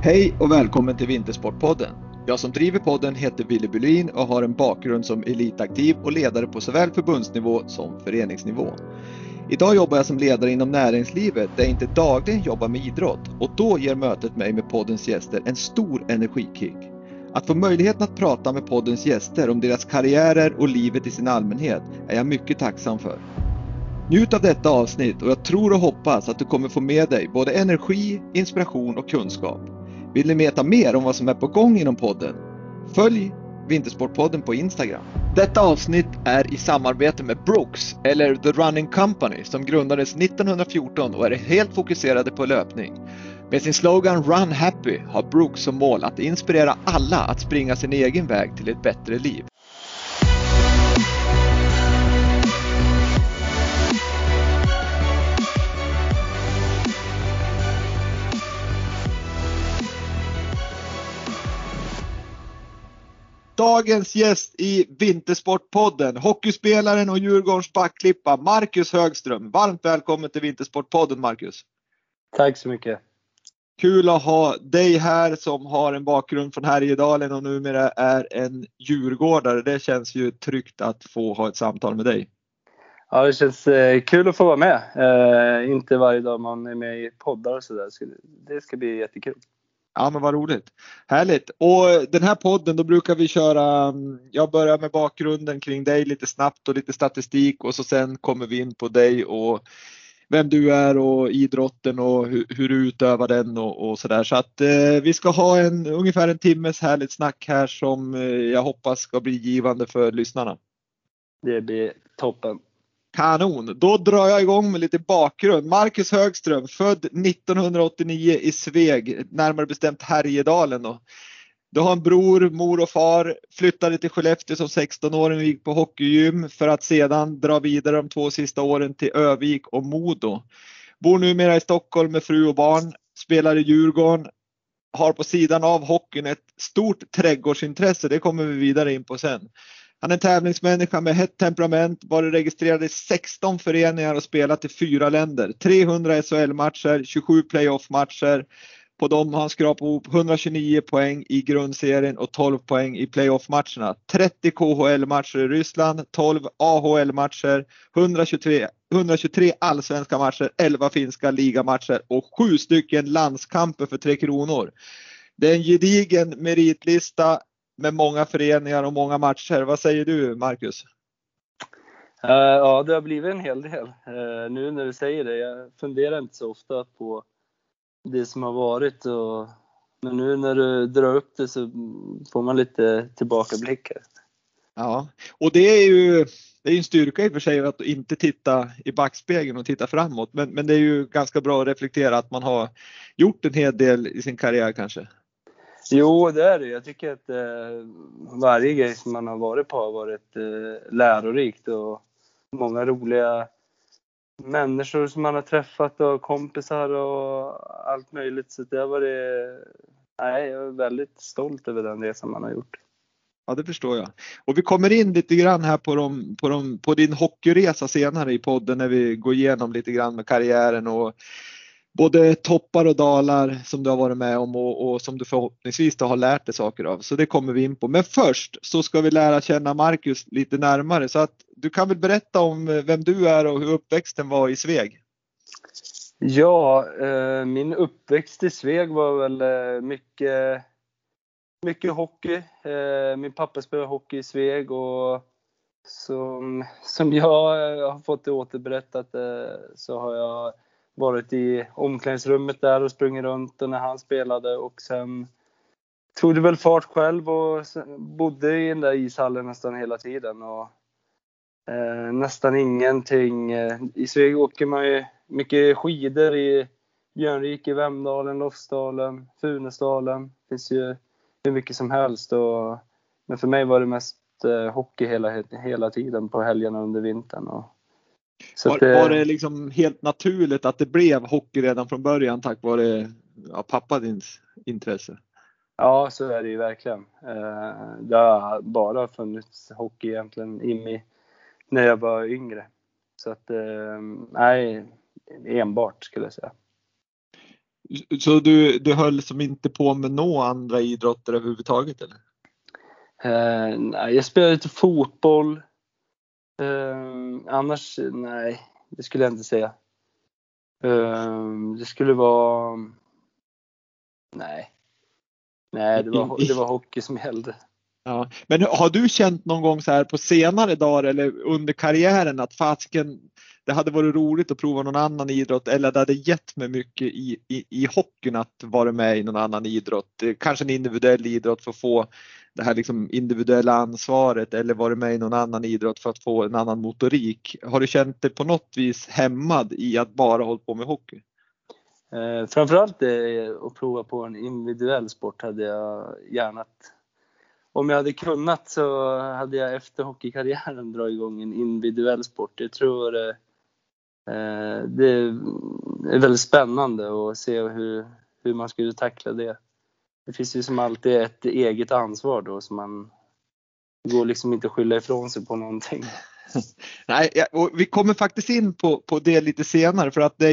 Hej och välkommen till Vintersportpodden. Jag som driver podden heter Ville Bylin och har en bakgrund som elitaktiv och ledare på såväl förbundsnivå som föreningsnivå. Idag jobbar jag som ledare inom näringslivet där jag inte dagligen jobbar med idrott, och då ger mötet mig med poddens gäster en stor energikick. Att få möjligheten att prata med poddens gäster om deras karriärer och livet i sin allmänhet är jag mycket tacksam för. Njut av detta avsnitt och jag tror och hoppas att du kommer få med dig både energi, inspiration och kunskap. Vill ni veta mer om vad som är på gång inom podden? Följ Vintersportpodden på Instagram. Detta avsnitt är i samarbete med Brooks, eller The Running Company, som grundades 1914 och är helt fokuserade på löpning. Med sin slogan Run Happy har Brooks som mål att inspirera alla att springa sin egen väg till ett bättre liv. Dagens gäst i Vintersportpodden, hockeyspelaren och Djurgårdens backklippa Marcus Högström. Varmt välkommen till Vintersportpodden, Marcus. Tack så mycket. Kul att ha dig här som har en bakgrund från Härjedalen och numera är en djurgårdare. Det känns ju tryggt att få ha ett samtal med dig. Ja, det känns kul att få vara med. Inte varje dag man är med i poddar och sådär. Så det ska bli jättekul. Ja, men vad roligt. Härligt. Och den här podden, då brukar vi köra, jag börjar med bakgrunden kring dig lite snabbt och lite statistik, och så sen kommer vi in på dig och vem du är och idrotten och hur du utövar den och sådär. Så att vi ska ha ungefär en timmes härligt snack här som jag hoppas ska bli givande för lyssnarna. Det blir toppen. Kanon, då drar jag igång med lite bakgrund. Marcus Högström, född 1989 i Sveg, närmare bestämt Härjedalen. Du har en bror, mor och far, flyttade till Skellefteå som 16-åring och gick på hockeygym för att sedan dra vidare de 2 sista åren till Övik och Modo. Bor numera i Stockholm med fru och barn, spelar i Djurgården, har på sidan av hockeyn ett stort trädgårdsintresse, det kommer vi vidare in på sen. Han är en tävlingsmänniska med hett temperament, varit registrerad i 16 föreningar och spelat i 4 länder. 300 SHL-matcher, 27 playoff-matcher. På dem har han skrapat ihop 129 poäng i grundserien och 12 poäng i playoff-matcherna. 30 KHL-matcher i Ryssland, 12 AHL-matcher, 123 allsvenska matcher, 11 finska ligamatcher och 7 stycken landskamper för 3 kronor. Det är en gedigen meritlista med många föreningar och många matcher. Vad säger du, Marcus? Ja, det har blivit en hel del. Nu när du säger det, jag funderar inte så ofta på det som har varit. Men nu när du drar upp det så får man lite tillbakablickar. Ja, och det är ju en styrka i och för sig att inte titta i backspegeln och titta framåt. Men det är ju ganska bra att reflektera att man har gjort en hel del i sin karriär kanske. Jo, det är det. Jag tycker att varje grej som man har varit på har varit lärorikt och många roliga människor som man har träffat och kompisar och allt möjligt. Så det har varit, jag är väldigt stolt över den resan man har gjort. Ja, det förstår jag. Och vi kommer in lite grann här på din hockeyresa senare i podden när vi går igenom lite grann med karriären och både toppar och dalar som du har varit med om och som du förhoppningsvis har lärt dig saker av. Så det kommer vi in på. Men först så ska vi lära känna Marcus lite närmare. Så att du kan väl berätta om vem du är och hur uppväxten var i Sveg? Ja, min uppväxt i Sveg var väl mycket hockey. Min pappa spelade hockey i Sveg och som jag har fått det återberättat så har jag varit i omklädningsrummet där och sprungit runt när han spelade, och sen tog det väl fart själv och bodde i den där ishallen nästan hela tiden och nästan ingenting. I Sveg åker man ju mycket skidor i Björnrike, Vemdalen, Lofsdalen, Funäsdalen. Det finns ju hur mycket som helst. Men för mig var det mest hockey hela tiden på helgerna under vintern. Var det liksom helt naturligt att det blev hockey redan från början tack vare pappans intresse? Ja, så är det ju verkligen. Det har bara funnits hockey egentligen i mig när jag var yngre. Så att, nej, enbart skulle jag säga. Så du höll som inte på med några andra idrotter överhuvudtaget eller? Nej, jag spelade lite fotboll. Annars, nej, det skulle jag inte säga. Det skulle vara... Nej, det var hockey som gällde. Ja. Men har du känt någon gång så här på senare dagar eller under karriären att fasken, det hade varit roligt att prova någon annan idrott, eller det hade gett mig mycket i hockeyn att vara med i någon annan idrott, kanske en individuell idrott för att få det här liksom individuella ansvaret, eller vara med i någon annan idrott för att få en annan motorik? Har du känt dig på något vis hämmad i att bara hålla på med hockey? Framförallt att prova på en individuell sport hade jag gärna. Om jag hade kunnat så hade jag efter hockeykarriären dra igång en individuell sport. Jag tror det är väldigt spännande att se hur man skulle tackla det. Det finns ju som alltid ett eget ansvar då, så man går liksom inte att skylla ifrån sig på någonting. Nej, och vi kommer faktiskt in på det lite senare, för att det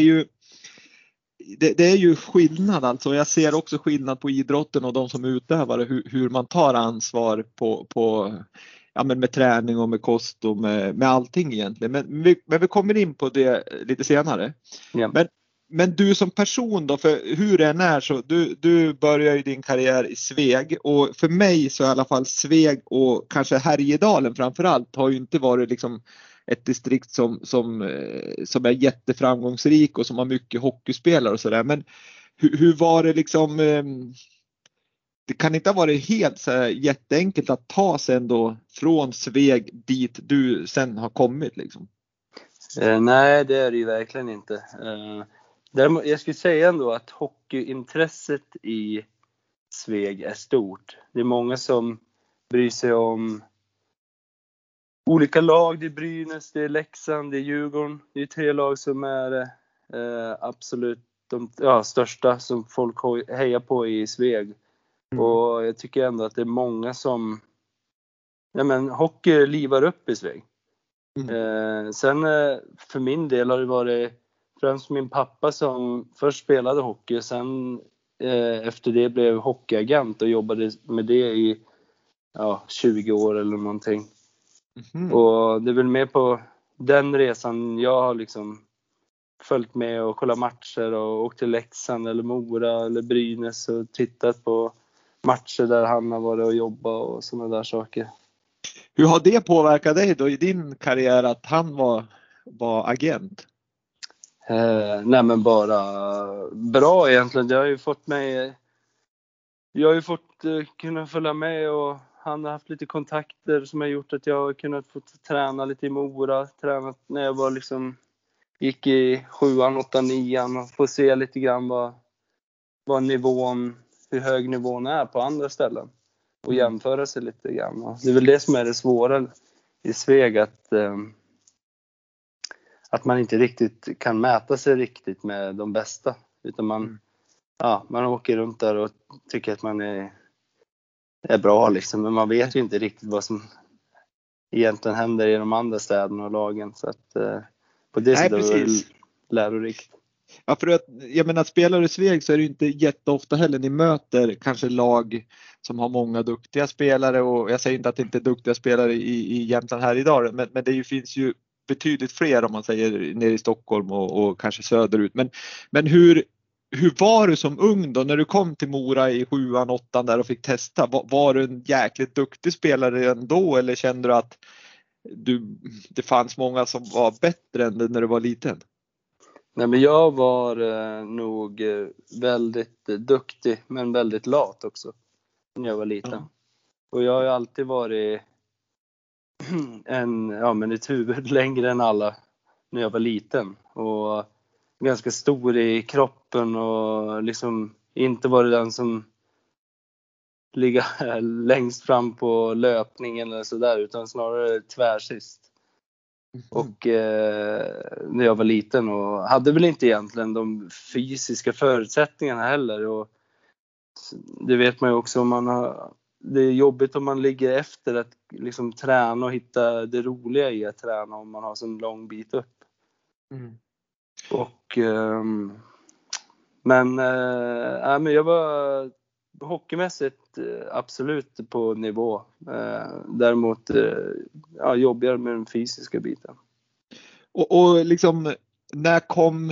är ju skillnad alltså. Jag ser också skillnad på idrotten och de som utövare, hur man tar ansvar på ja, men med träning och med kost och med allting egentligen. Men vi kommer in på det lite senare. Ja. Men du som person då, för hur det än är så du börjar ju din karriär i Sveg, och för mig så i alla fall Sveg och kanske Härjedalen framförallt har ju inte varit liksom ett distrikt som är jätteframgångsrik och som har mycket hockeyspelare och sådär. Men hur var det liksom, det kan inte ha varit helt så här jätteenkelt att ta sig ändå från Sveg dit du sen har kommit liksom? Nej, det är det ju verkligen inte. Däremot, jag skulle säga ändå att hockeyintresset i Sveg är stort. Det är många som bryr sig om olika lag. Det är Brynäs, det är Leksand, det är Djurgården. Det är 3 lag som är absolut de största som folk hejar på i Sveg. Och jag tycker ändå att det är många som... hockey livar upp i Sveg. Sen för min del har det varit främst min pappa som först spelade hockey och sen efter det blev hockeyagent och jobbade med det i 20 år eller någonting. Och det är väl mer på den resan jag har liksom följt med och kollat matcher och åkt till Leksand eller Mora eller Brynäs och tittat på matcher där han har varit och jobbat och sådana där saker. Hur har det påverkat dig då i din karriär att han var agent? Nej, men bara bra egentligen. Jag har ju fått kunna följa med, och han har haft lite kontakter som har gjort att jag har kunnat få träna lite i Mora. Tränat när jag var liksom, gick i 7an, 8an, 9an och få se lite grann vad nivån, hur hög nivån är på andra ställen. Och jämföra sig lite grann. Och det är väl det som är det svåra i Sveg, att man inte riktigt kan mäta sig riktigt med de bästa. Utan man åker runt där och tycker att man är bra liksom. Men man vet ju inte riktigt vad som egentligen händer i de andra städerna och lagen. Så att på det sättet är det lärorikt. Ja, för att, jag menar, spelar i Sveg så är det inte jätteofta heller ni möter kanske lag som har många duktiga spelare, och jag säger inte att det inte är duktiga spelare i Jämtland här idag, men det finns ju betydligt fler om man säger nere i Stockholm och kanske söderut. Men hur var du som ung då när du kom till Mora i 7an, 8an där och fick testa? Var du en jäkligt duktig spelare ändå, eller kände du att det fanns många som var bättre än när du var liten? Nej, men jag var nog väldigt duktig, men väldigt lat också när jag var liten. Ja. Och jag har ju alltid varit ett huvud längre än alla när jag var liten. Och ganska stor i kroppen och liksom inte varit den som ligger längst fram på löpningen eller sådär, utan snarare tvärsist. Och när jag var liten och hade väl inte egentligen de fysiska förutsättningarna heller, och det vet man ju också, det är jobbigt om man ligger efter att liksom träna och hitta det roliga i att träna om man har så en lång bit upp. Och Men jag var hockeymässigt absolut på nivå. Däremot jobbigare med den fysiska biten. Och liksom, när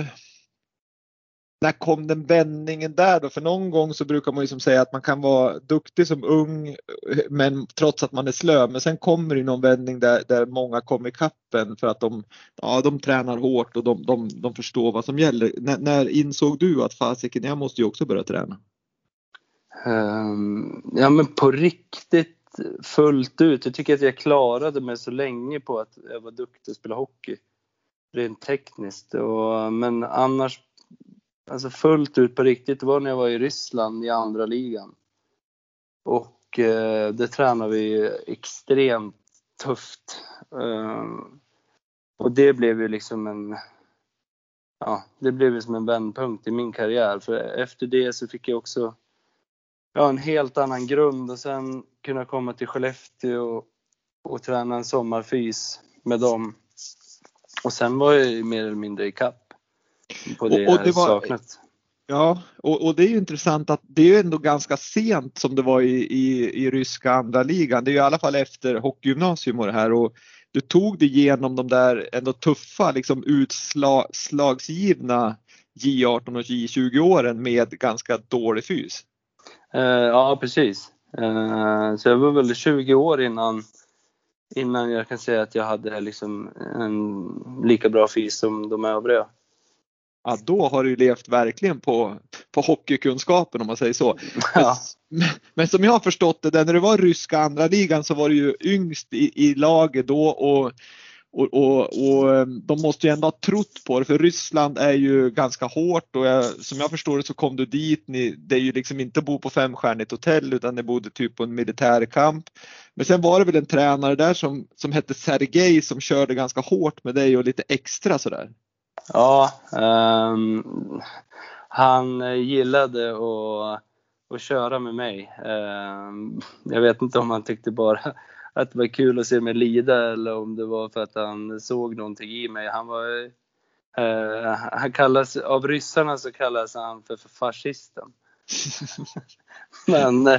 kom den vändningen där då? För någon gång så brukar man ju som säga att man kan vara duktig som ung, men trots att man är slö. Men sen kommer det någon vändning där många kommer i kappen för att de tränar hårt och de förstår vad som gäller. När insåg du att fasiken, jag måste ju också börja träna? Men på riktigt fullt ut. Jag tycker att jag klarade mig så länge på att jag var duktig att spela hockey. Rent tekniskt. Men annars, alltså fullt ut på riktigt, det var när jag var i Ryssland i andra ligan. Och det tränade vi extremt tufft. Och det blev ju liksom det blev som en vändpunkt i min karriär. För efter det så fick jag också en helt annan grund. Och sen kunna komma till Skellefteå och träna en sommarfys med dem. Och sen var jag ju mer eller mindre i kapp på det jag saknat. Ja, och det är ju intressant att det är ju ändå ganska sent som det var i ryska andra ligan. Det är ju i alla fall efter hockeygymnasium och det här. Och du tog dig igenom de där ändå tuffa, liksom utslagsgivna J18 och J20 åren med ganska dålig fys. Ja, precis. Så jag var väl 20 år innan jag kan säga att jag hade liksom en lika bra fys som de övriga. Ja, då har du levt verkligen på hockeykunskapen om man säger så. Ja. Men som jag har förstått det, när det var ryska andra ligan så var du ju yngst i laget då och de måste ju ändå ha trott på det, för Ryssland är ju ganska hårt och som jag förstår det så kom du dit, det är ju liksom inte bo på 5-stjärnigt hotell utan det bodde typ på en militärkamp. Men sen var det väl en tränare där som hette Sergej som körde ganska hårt med dig och lite extra sådär. Ja, han gillade att köra med mig. Jag vet inte om han tyckte bara att det var kul att se mig lida eller om det var för att han såg någonting i mig. Han kallas, av ryssarna så kallas han för fascisten. Men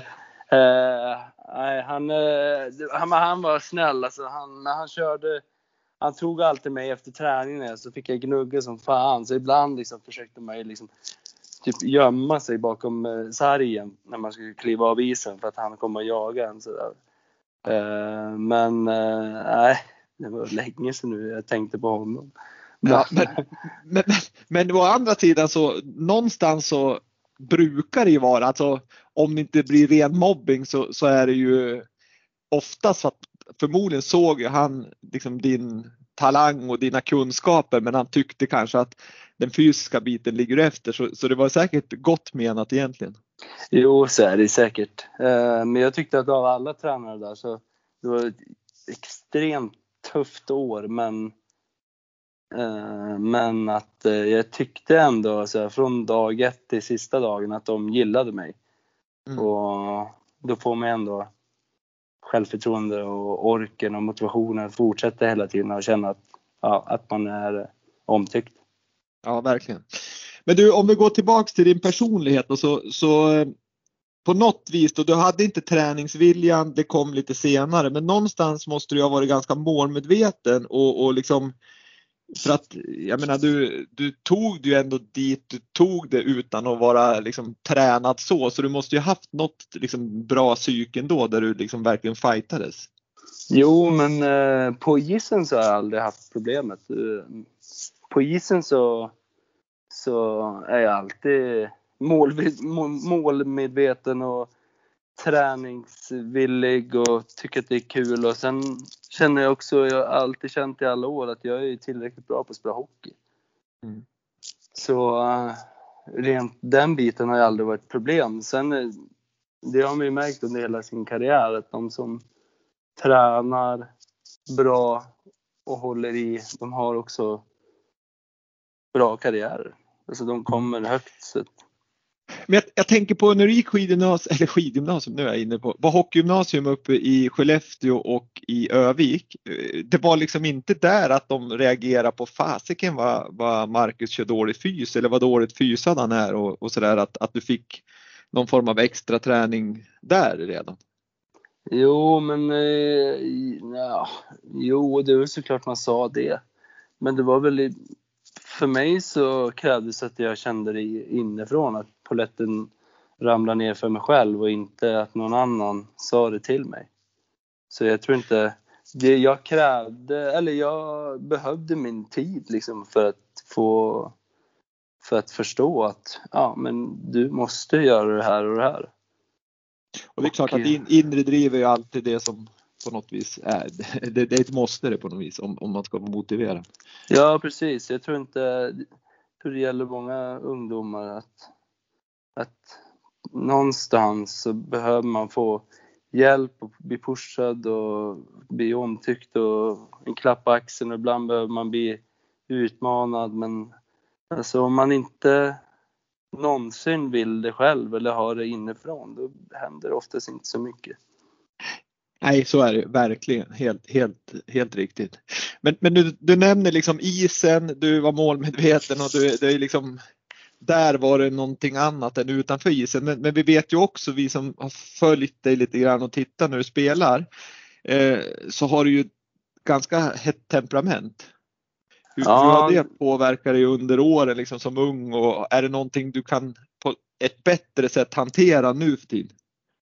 han var snäll. Alltså, när han körde, han tog alltid mig efter träningen så fick jag gnugga som fan. Så ibland liksom försökte man liksom typ gömma sig bakom sargen när man skulle kliva av isen för att han kom och jaga en sådär. Det var länge sedan nu jag tänkte på honom. Ja, men å andra sidan så någonstans så brukar det ju vara, alltså om det inte blir ren mobbing så är det ju oftast att förmodligen såg han liksom din talang och dina kunskaper, men han tyckte kanske att den fysiska biten ligger efter, så det var säkert gott menat egentligen. Jo, så är det säkert. Men jag tyckte att av alla tränare där så det var ett extremt tufft år, men att jag tyckte ändå alltså, från dag 1 till sista dagen att de gillade mig. Och då får man ändå självförtroende och orken och motivationen att fortsätta hela tiden och känna att man är omtyckt. Ja, verkligen. Men du, om vi går tillbaks till din personlighet och så på något vis då, du hade inte träningsviljan, det kom lite senare, men någonstans måste du ha varit ganska målmedveten och liksom, för att jag menar du tog ju ändå dit du tog det utan att vara liksom tränad så du måste ju haft något liksom bra psyken då där du liksom verkligen fightades. Jo, men på isen så har jag aldrig haft problemet. På isen så är jag alltid målmedveten och träningsvillig och tycker att det är kul. Och sen känner jag också, jag har alltid känt i alla år att jag är tillräckligt bra på att spela hockey. Så rent den biten har ju aldrig varit ett problem. Sen det har man ju märkt under hela sin karriär att de som tränar bra och håller i, de har också bra karriärer. Alltså de kommer högt. Så. Men jag tänker på när du gick skidgymnasium, nu är jag inne på, var hockeygymnasium uppe i Skellefteå och i Övik. Det var liksom inte där att de reagerade på fasiken vad Marcus kör dåligt fys eller vad dåligt fysad han är och sådär, att du fick någon form av extra träning där redan. Jo, men jo, det var såklart man sa det. Men det var väl för mig så krävdes att jag kände det inifrån, att poletten ramlar ner för mig själv och inte att någon annan sa det till mig. Så jag tror inte det jag krävde, eller jag behövde min tid liksom för att förstå att ja, men du måste göra det här och det här. Och det är klart att inre driv är ju alltid det som på något vis är. Det är ett måste det på något vis om man ska vara motiverad. Ja, precis. Jag tror det gäller många ungdomar att någonstans så behöver man få hjälp och bli pushad och bli omtyckt och en klapp på axeln, och ibland behöver man bli utmanad. Men alltså, om man inte någonsin vill det själv eller har det inifrån, då händer det oftast inte så mycket. Nej, så är det verkligen. Helt riktigt. Men du nämner liksom isen, du var målmedveten och det är liksom, där var det någonting annat än utanför isen. Men vi vet ju också, vi som har följt dig lite grann och tittat när du spelar, så har du ju ganska hett temperament. Hur har det påverkat dig under åren liksom som ung, och är det någonting du kan på ett bättre sätt hantera nu för tiden?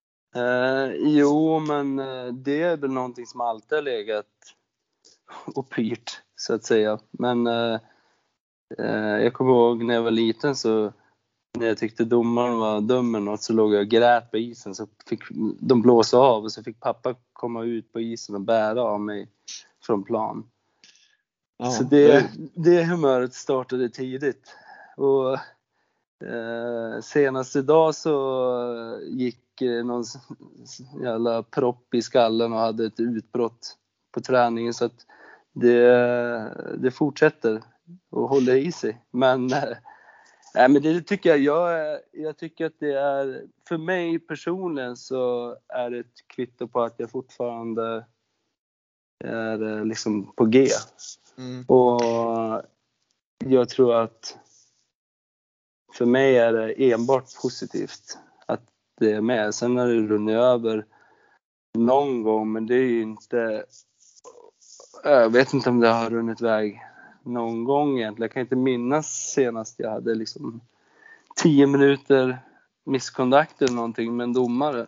Jo, men det är väl någonting som alltid har legat och pyrt, så att säga. Men jag kommer ihåg när jag var liten, så när jag tyckte domaren var dum eller något, så låg jag och grät på isen, så fick de blåsa av och så fick pappa komma ut på isen och bära av mig från plan. Ja, så det humöret startade tidigt. Och senast idag så gick någon jävla propp i skallen och hade ett utbrott på träningen, så att det fortsätter och håller i sig. Men det tycker jag tycker att det är, för mig personligen så är det ett kvitto på att jag fortfarande är liksom på G. Och jag tror att för mig är det enbart positivt att det är med. Sen har det runnit över någon gång, men det är ju inte, jag vet inte om det har runnit iväg någon gång egentligen. Jag kan inte minnas senast jag hade liksom 10 minuter misskontakt eller någonting med en domare.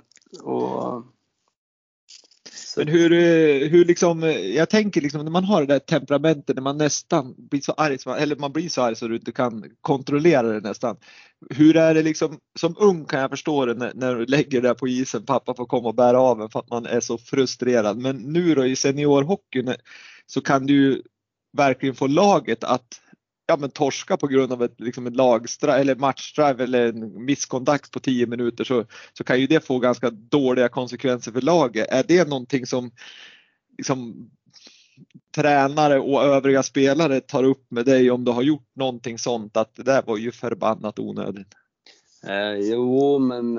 Men hur liksom, jag tänker liksom, när man har det där temperamentet, när man nästan blir så arg, eller man blir så arg så du inte kan kontrollera det nästan. Hur är det liksom, som ung kan jag förstå det när du lägger det där på isen, pappa får komma och bära av en för att man är så frustrerad. Men nu då i seniorhockeyn så kan du ju verkligen få laget att torska på grund av ett lagstraff eller matchstraff eller en misskontakt på 10 minuter, så kan ju det få ganska dåliga konsekvenser för laget. Är det någonting som liksom tränare och övriga spelare tar upp med dig, om du har gjort någonting sånt, att det där var ju förbannat onödigt? Jo, men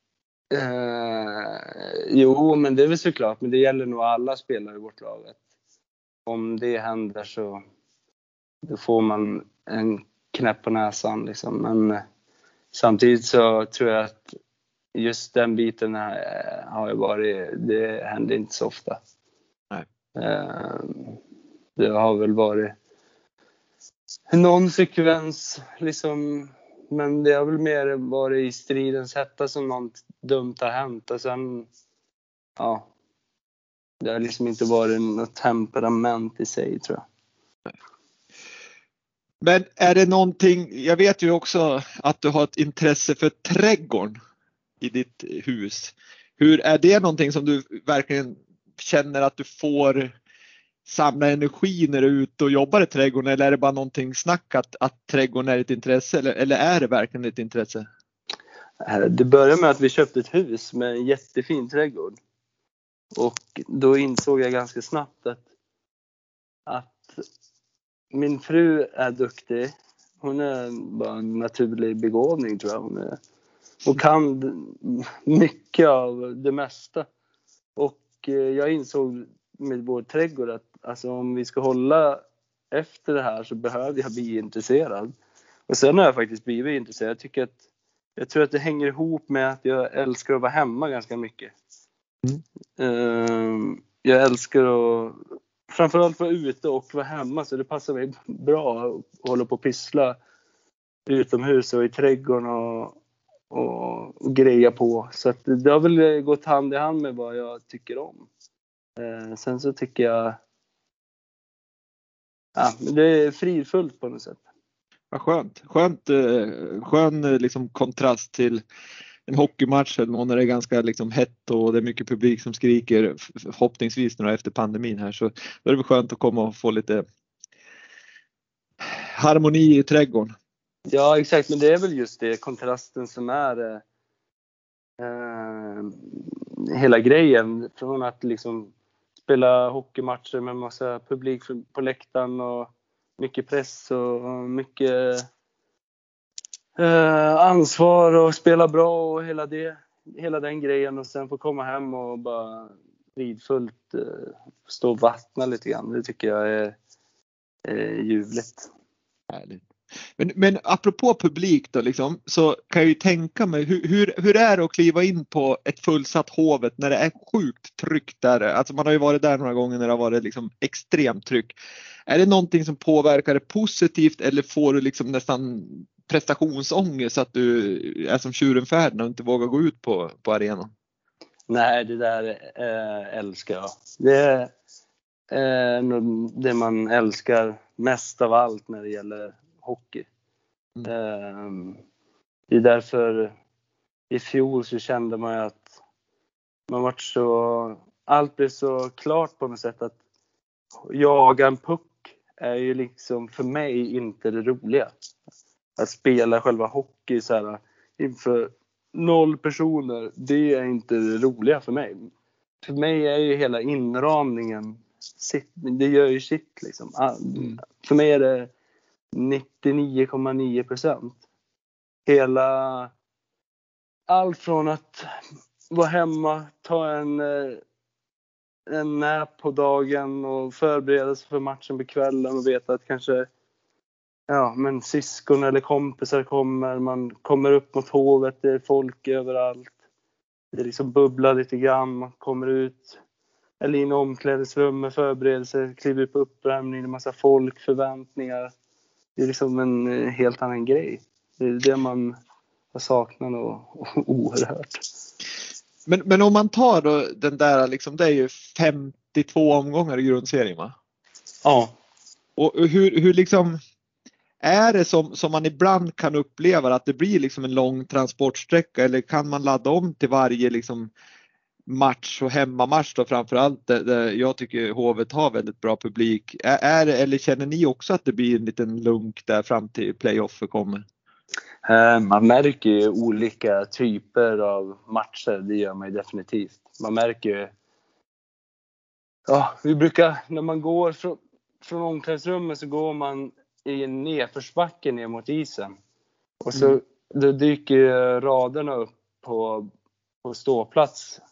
det är väl såklart, men det gäller nog alla spelare i vårt lag. Om det händer så då får man en knäpp på näsan liksom. Men samtidigt så tror jag att just den biten har ju varit, det händer inte så ofta. Nej. Det har väl varit någon sekvens liksom, men det har väl mer varit i stridens hetta som något dumt har hänt, och sen det har liksom inte varit något temperament i sig, tror jag. Men är det någonting, jag vet ju också att du har ett intresse för trädgården i ditt hus. Hur är det någonting som du verkligen känner att du får samla energi när du är ute och jobbar i trädgården, eller är det bara någonting snack att trädgården är ett intresse, eller är det verkligen ett intresse? Det började med att vi köpte ett hus med en jättefin trädgård, och då insåg jag ganska snabbt att min fru är duktig. Hon är bara en naturlig begåvning, tror jag. Hon är och kan mycket av det mesta. Och jag insåg med vår trädgård att alltså, om vi ska hålla efter det här så behöver jag bli intresserad. Och sen har jag faktiskt blivit intresserad. Jag tror att det hänger ihop med att jag älskar att vara hemma ganska mycket. Jag älskar att framförallt vara ute och vara hemma, så det passar mig bra att hålla på och pyssla utomhus och i trädgården och greja på. Så att det har väl gått hand i hand med vad jag tycker om. Sen så tycker jag det är fridfullt på något sätt. Vad skönt. Skön liksom kontrast till en hockeymatch eller någon när det är ganska liksom hett och det är mycket publik som skriker, förhoppningsvis nu efter pandemin här, så då är det väl skönt att komma och få lite harmoni i trädgården. Ja, exakt, men det är väl just det, kontrasten som är hela grejen, från att liksom spela hockeymatcher med massa publik på läktaren och mycket press och mycket ansvar och spela bra och hela den grejen, och sen få komma hem och bara fridfullt stå och vattna lite grann. Det tycker jag är ljuvligt. Härligt. Men apropå publik då liksom, så kan jag ju tänka mig hur är det att kliva in på ett fullsatt Hovet när det är sjukt tryck där? Alltså man har ju varit där några gånger när det har varit liksom extremt tryck. Är det någonting som påverkar det positivt, eller får du liksom nästan prestationsångest så att du är som tjuren och inte vågar gå ut på arenan? Nej, det där älskar jag. Det är nog det man älskar mest av allt när det gäller hockey. Det är därför i fjol så kände man ju att allt blev så klart på något sätt, att jaga en puck är ju liksom för mig inte det roliga. Att spela själva hockey så här inför 0 personer, det är inte det roliga för mig. För mig är ju hela inramningen det gör ju shit liksom. För mig är det 99,9%. Allt från att vara hemma, ta en nap på dagen och förbereda sig för matchen på kvällen och veta att kanske men syskon eller kompisar kommer, man kommer upp mot Hovet, det är folk överallt. Det liksom bubblar lite grann, man kommer ut eller in i omklädningsrummet, förberedelse, kliver på uppvärmning, en massa folk, förväntningar. Det är liksom en helt annan grej. Det är det man har saknat och oerhört. Men om man tar då den där liksom, det är ju 52 omgångar i grundserien, va? Ja. Och hur liksom är det som man ibland kan uppleva att det blir liksom en lång transportsträcka, eller kan man ladda om till varje liksom match och hemmamatch då framförallt, där jag tycker Hovet har väldigt bra publik. Eller känner ni också att det blir en liten lunk där fram till playoff kommer? Man märker ju olika typer av matcher, det gör man ju definitivt. Man märker ju, vi brukar, när man går från omklädningsrummet så går man i en nedförsbacke ner mot isen. Och så då dyker raderna upp på ståplats.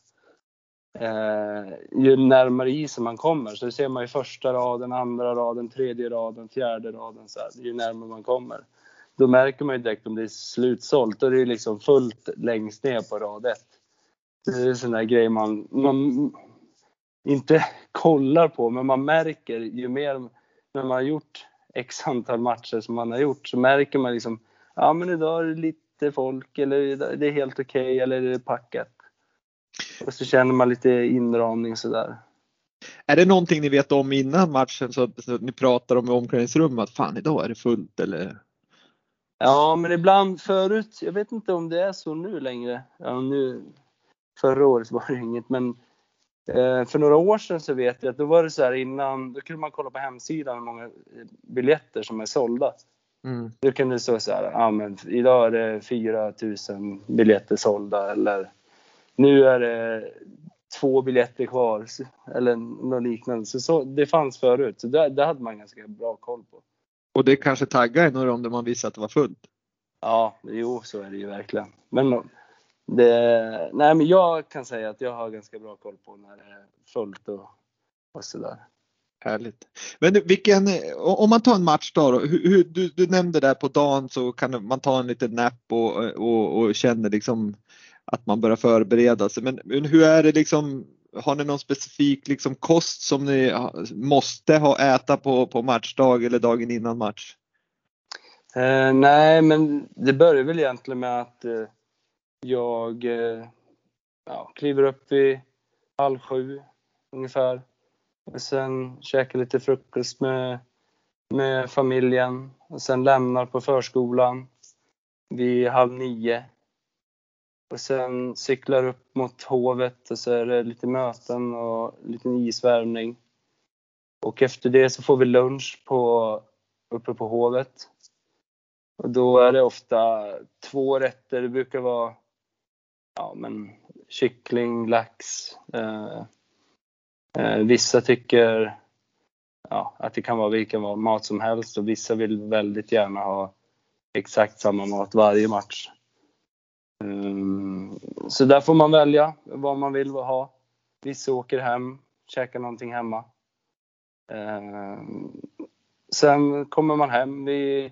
Ju närmare isen man kommer, så ser man ju första raden, andra raden, tredje raden, fjärde raden så här, ju närmare man kommer. Då märker man ju direkt om det är slutsålt, och det är liksom fullt längst ner på rad 1. Det är en sån där grej man inte kollar på, men man märker ju mer när man har gjort x antal matcher som man har gjort, så märker man liksom, men idag är det lite folk, eller det är helt okej, eller är det packat. Och så känner man lite inramning sådär. Är det någonting ni vet om innan matchen, så ni pratar om i omklädningsrummet att fan idag är det fullt, eller? Ja, men ibland förut, jag vet inte om det är så nu längre. Förra året var det inget, men för några år sedan så vet jag att då var det så här innan, då kunde man kolla på hemsidan hur många biljetter som är sålda. Då kunde det stå så här, men idag är det 4 000 biljetter sålda, eller nu är det 2 biljetter kvar, eller något liknande. Så det fanns förut, så det hade man ganska bra koll på. Och det kanske taggar några om det man visste att det var fullt. Ja, jo, så är det ju verkligen. Men Nej, men jag kan säga att jag har ganska bra koll på när det är fullt och sådär. Härligt. Men om man tar en matchdag då, du nämnde där på dagen så kan man ta en liten nap och känner liksom att man börjar förbereda sig. Men hur är det liksom, har ni någon specifik liksom kost som ni måste äta på matchdag eller dagen innan match? Nej, men det börjar väl egentligen med att jag kliver upp vid 6:30 ungefär. Och sen käkar lite frukost med familjen. Och sen lämnar på förskolan vid 8:30. Och sen cyklar upp mot hovet och så är det lite möten och lite isvärmning. Och efter det så får vi lunch uppe på hovet. Och då är det ofta 2 rätter. Det brukar vara kyckling, lax. Vissa tycker att det kan vara vilken mat som helst. Och vissa vill väldigt gärna ha exakt samma mat varje match. Så där får man välja vad man vill ha. Vissa åker hem, käkar någonting hemma. Sen kommer man hem vid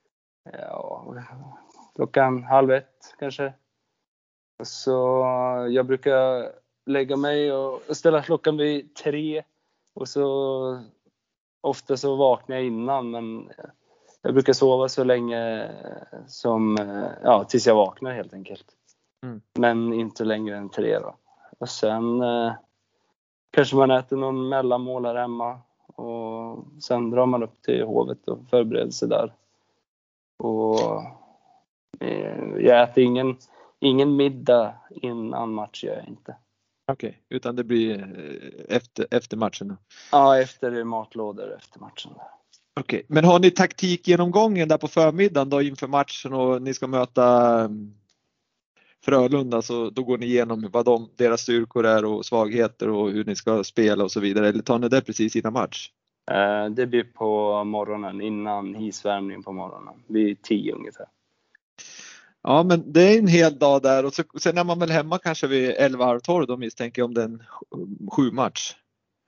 12:30 kanske. Så jag brukar lägga mig och ställa klockan vid 3. Och så ofta så vaknar jag innan, men jag brukar sova så länge som tills jag vaknar helt enkelt. Men inte längre än 3 då. Och sen kanske man äter någon mellanmål här hemma. Och sen drar man upp till hovet och förbereder sig där. Och jag äter ingen middag innan match, gör jag inte. Okej, utan det blir efter matchen? Ja, efter matlådor efter matchen. Okej, men har ni taktikgenomgången där på förmiddagen då inför matchen och ni ska möta Frölunda, så då går ni igenom vad deras styrkor är och svagheter och hur ni ska spela och så vidare, eller tar ni det precis innan match? Det blir på morgonen, innan isvärmning på morgonen, vid 10 ungefär. Ja, men det är en hel dag där och sen är man väl hemma kanske vid 11:30 då, misstänker jag, om den 7 match.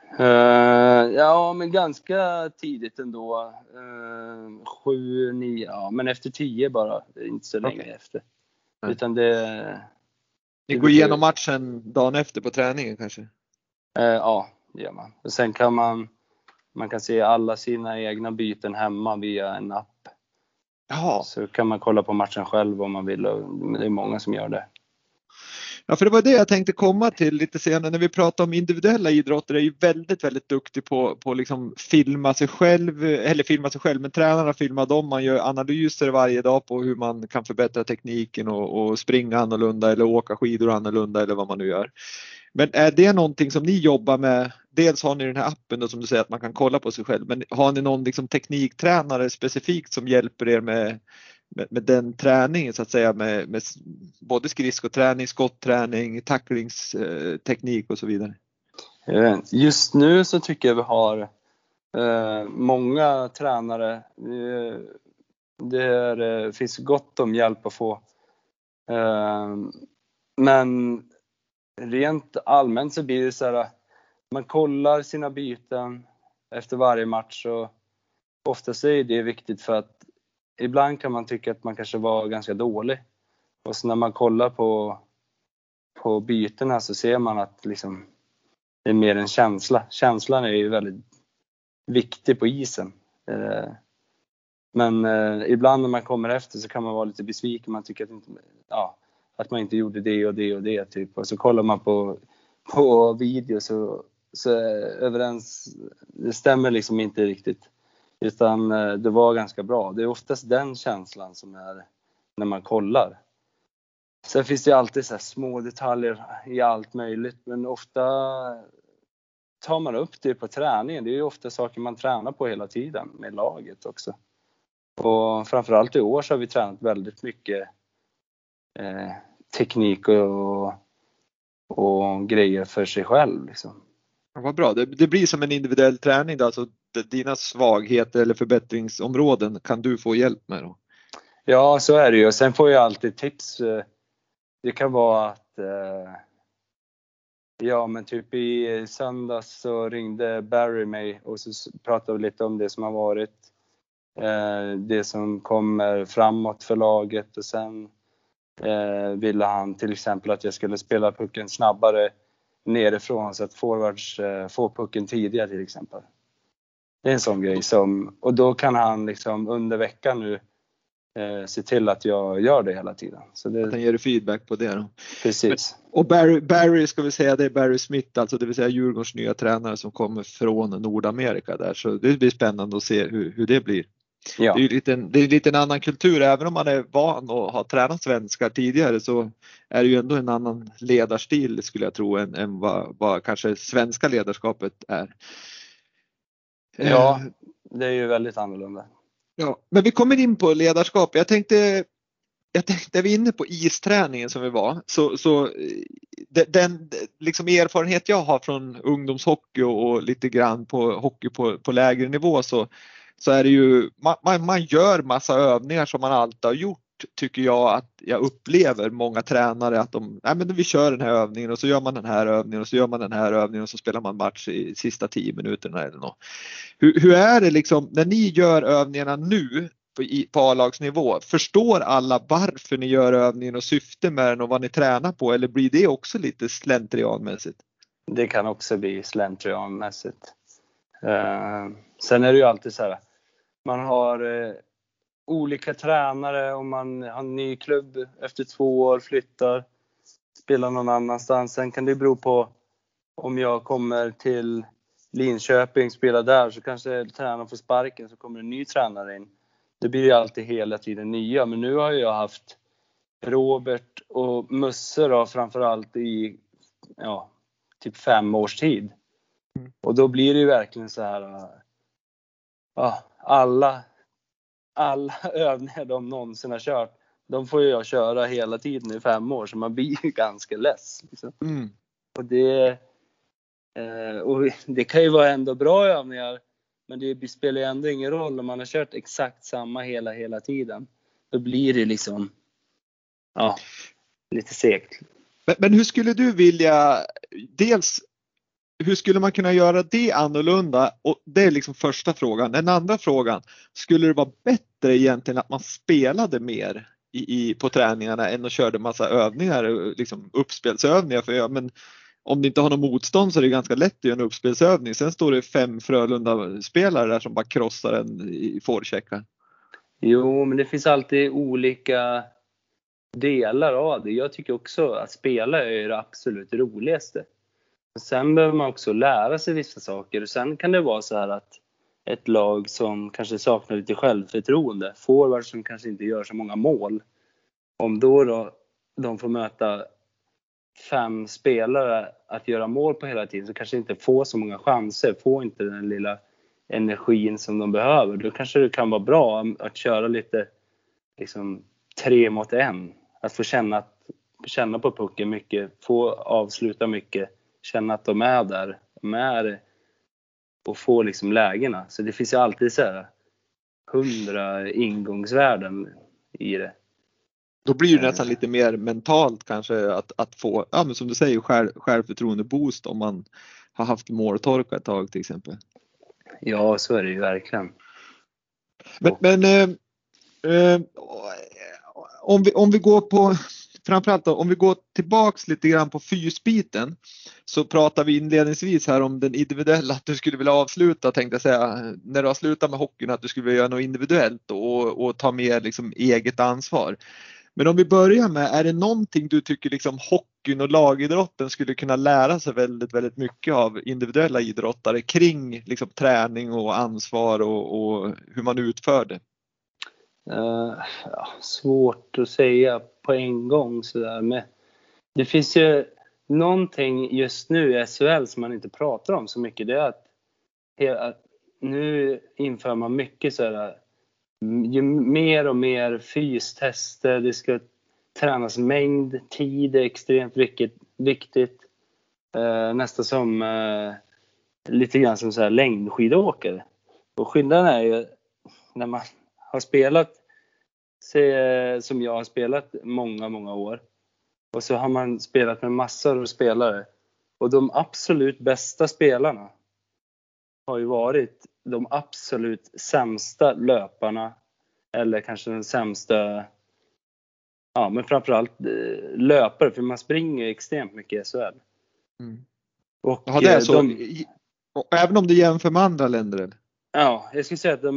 Men ganska tidigt ändå. 7, 9, men efter 10 bara. Det är inte så länge efter. Nej. Utan Ni går igenom matchen dagen efter på träningen kanske? Ja, det gör man. Och sen kan man kan se alla sina egna byten hemma via en app. Jaha. Så kan man kolla på matchen själv om man vill. Det är många som gör det. Ja, för det var det jag tänkte komma till lite senare. När vi pratar om individuella idrotter är ju väldigt, väldigt duktig på liksom filma sig själv, men tränarna filmar dem. Man gör analyser varje dag på hur man kan förbättra tekniken och springa annorlunda eller åka skidor annorlunda eller vad man nu gör. Men är det någonting som ni jobbar med? Dels har ni den här appen då, som du säger, att man kan kolla på sig själv. Men har ni någon liksom tekniktränare specifikt som hjälper er med den träningen så att säga, med både skridskoträning, skottträning, tacklingsteknik och så vidare? Just nu så tycker jag vi har många tränare. Det finns gott om hjälp att få. Men rent allmänt så blir det så här, man kollar sina byten efter varje match, och oftast är det viktigt för att ibland kan man tycka att man kanske var ganska dålig. Och så när man kollar på bytena så ser man att liksom, det är mer en känsla. Känslan är ju väldigt viktig på isen. Men ibland när man kommer efter så kan man vara lite besviken. Man tycker att man inte gjorde det och det och det typ. Och så kollar man på video så överens, det stämmer liksom inte riktigt. Utan det var ganska bra. Det är oftast den känslan som är när man kollar. Sen finns det alltid så här små detaljer i allt möjligt. Men ofta tar man upp det på träningen. Det är ju ofta saker man tränar på hela tiden med laget också. Och framförallt i år så har vi tränat väldigt mycket teknik och grejer för sig själv liksom. Ja, vad bra. Det blir som en individuell träning då, alltså dina svagheter eller förbättringsområden kan du få hjälp med då? Ja, så är det ju. Sen får jag alltid tips det kan vara att ja, men typ i söndags så ringde Barry mig och så pratade vi lite om det som har varit, det som kommer framåt för laget, och sen ville han till exempel att jag skulle spela pucken snabbare nerifrån så att forwards får pucken tidigare till exempel. Det är en sån grej och då kan han liksom under veckan nu se till att jag gör det hela tiden. Så det, att han ger dig feedback på det då. Precis. Och Barry ska vi säga, det är Barry Smith, alltså det vill säga Djurgårdens nya tränare som kommer från Nordamerika där. Så det blir spännande att se hur det blir. Ja. Det är lite en annan kultur, även om man är van och har tränat svenskar tidigare, så är det ju ändå en annan ledarstil skulle jag tro än vad kanske svenska ledarskapet är. Ja, det är ju väldigt annorlunda. Ja, men vi kommer in på ledarskap. Jag tänkte vi är inne på isträningen som vi var, så den liksom erfarenhet jag har från ungdomshockey och lite grann på hockey på lägre nivå, så är det ju man gör massa övningar som man alltid har gjort, tycker jag, att jag upplever många tränare att men vi kör den här övningen och så gör man den här övningen och så gör man den här övningen och så spelar man match i sista 10 minuterna eller något. Hur är det liksom när ni gör övningarna nu på A-lagsnivå? Förstår alla varför ni gör övningen och syftet med den och vad ni tränar på, eller blir det också lite slentrianmässigt? Det kan också bli slentrianmässigt. Sen är det ju alltid så här, man har olika tränare och man har en ny klubb efter 2 år, flyttar, spelar någon annanstans. Sen kan det bero på om jag kommer till Linköping, spelar där, så kanske tränaren får sparken, så kommer en ny tränare in. Det blir ju alltid hela tiden nya, men nu har jag haft Robert och Musse då, framförallt i typ 5 års tid. Och då blir det ju verkligen så här, alla övningar de någonsin har kört, de får jag köra hela tiden i 5 år, så man blir ju ganska less liksom. Och det kan ju vara ändå bra övningar, men det spelar ju ändå ingen roll om man har kört exakt samma hela tiden. Då blir det liksom lite segt. Men hur skulle du vilja, dels hur skulle man kunna göra det annorlunda? Och det är liksom första frågan. Den andra frågan, skulle det vara bättre egentligen att man spelade mer på träningarna än att köra massa övningar, liksom uppspelsövningar? För men om det inte har någon motstånd så är det ganska lätt att göra en uppspelsövning. Sen står det 5 Frölunda-spelare där som bara krossar en i forecheckar. Jo, men det finns alltid olika delar av det. Jag tycker också att spela är det absolut roligaste. Sen behöver man också lära sig vissa saker. Och sen kan det vara så här att ett lag som kanske saknar lite självförtroende, forwards som kanske inte gör så många mål, om då de får möta 5 spelare att göra mål på hela tiden, så kanske inte får så många chanser, får inte den lilla energin som de behöver. Då kanske det kan vara bra att köra lite liksom 3 mot 1, att få känna på pucken mycket, få avsluta mycket, känna att de är där och få liksom lägena. Så det finns ju alltid så här 100 ingångsvärden i det. Då blir det nästan lite mer mentalt kanske att få, men som du säger, självförtroende boost om man har haft måltorka ett tag till exempel. Ja, så är det ju verkligen. Men om vi går på, framförallt då, om vi går tillbaks lite grann på fysbiten, så pratar vi inledningsvis här om den individuella, att du skulle vilja avsluta, tänkte jag säga, när du har slutat med hockeyn, att du skulle vilja göra något individuellt och ta mer liksom eget ansvar. Men om vi börjar med, är det någonting du tycker liksom hockeyn och lagidrotten skulle kunna lära sig väldigt, väldigt mycket av individuella idrottare kring liksom träning och ansvar och hur man utför det? Svårt att säga på en gång sådär, men det finns ju någonting just nu i SHL som man inte pratar om så mycket. Det är att nu inför man mycket sådär, ju mer och mer fystester, det ska tränas mängd, tid är extremt viktigt. Nästan som lite grann som så här längdskidåkare. Och skillnaden är ju när man har spelat som jag har spelat många år, Och så har man spelat med massor av spelare. Och de absolut bästa spelarna har ju varit de absolut sämsta löparna. Eller kanske den sämsta, ja men framförallt löpare. För man springer ju extremt mycket i SHL. Och ja, det är så. Även om du jämför med andra länder? Eller? Ja, jag skulle säga att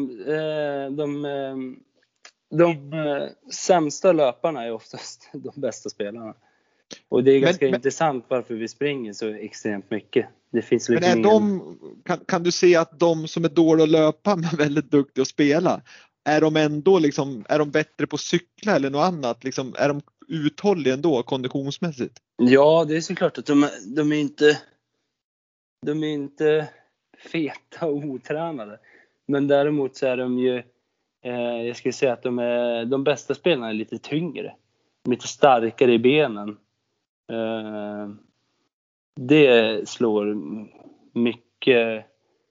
de sämsta löparna är oftast de bästa spelarna. Och det är ganska intressant varför vi springer så extremt mycket. Det finns liksom kan du se att de som är dåliga att löpa men väldigt duktiga att spela, är de ändå liksom, är de bättre på att cykla eller något annat? Liksom, är de uthålliga ändå konditionsmässigt? Ja, det är såklart att de är inte feta och otränade. Men däremot så är de ju, jag skulle säga att de bästa spelarna är lite tyngre. Lite starkare i benen. Det slår mycket.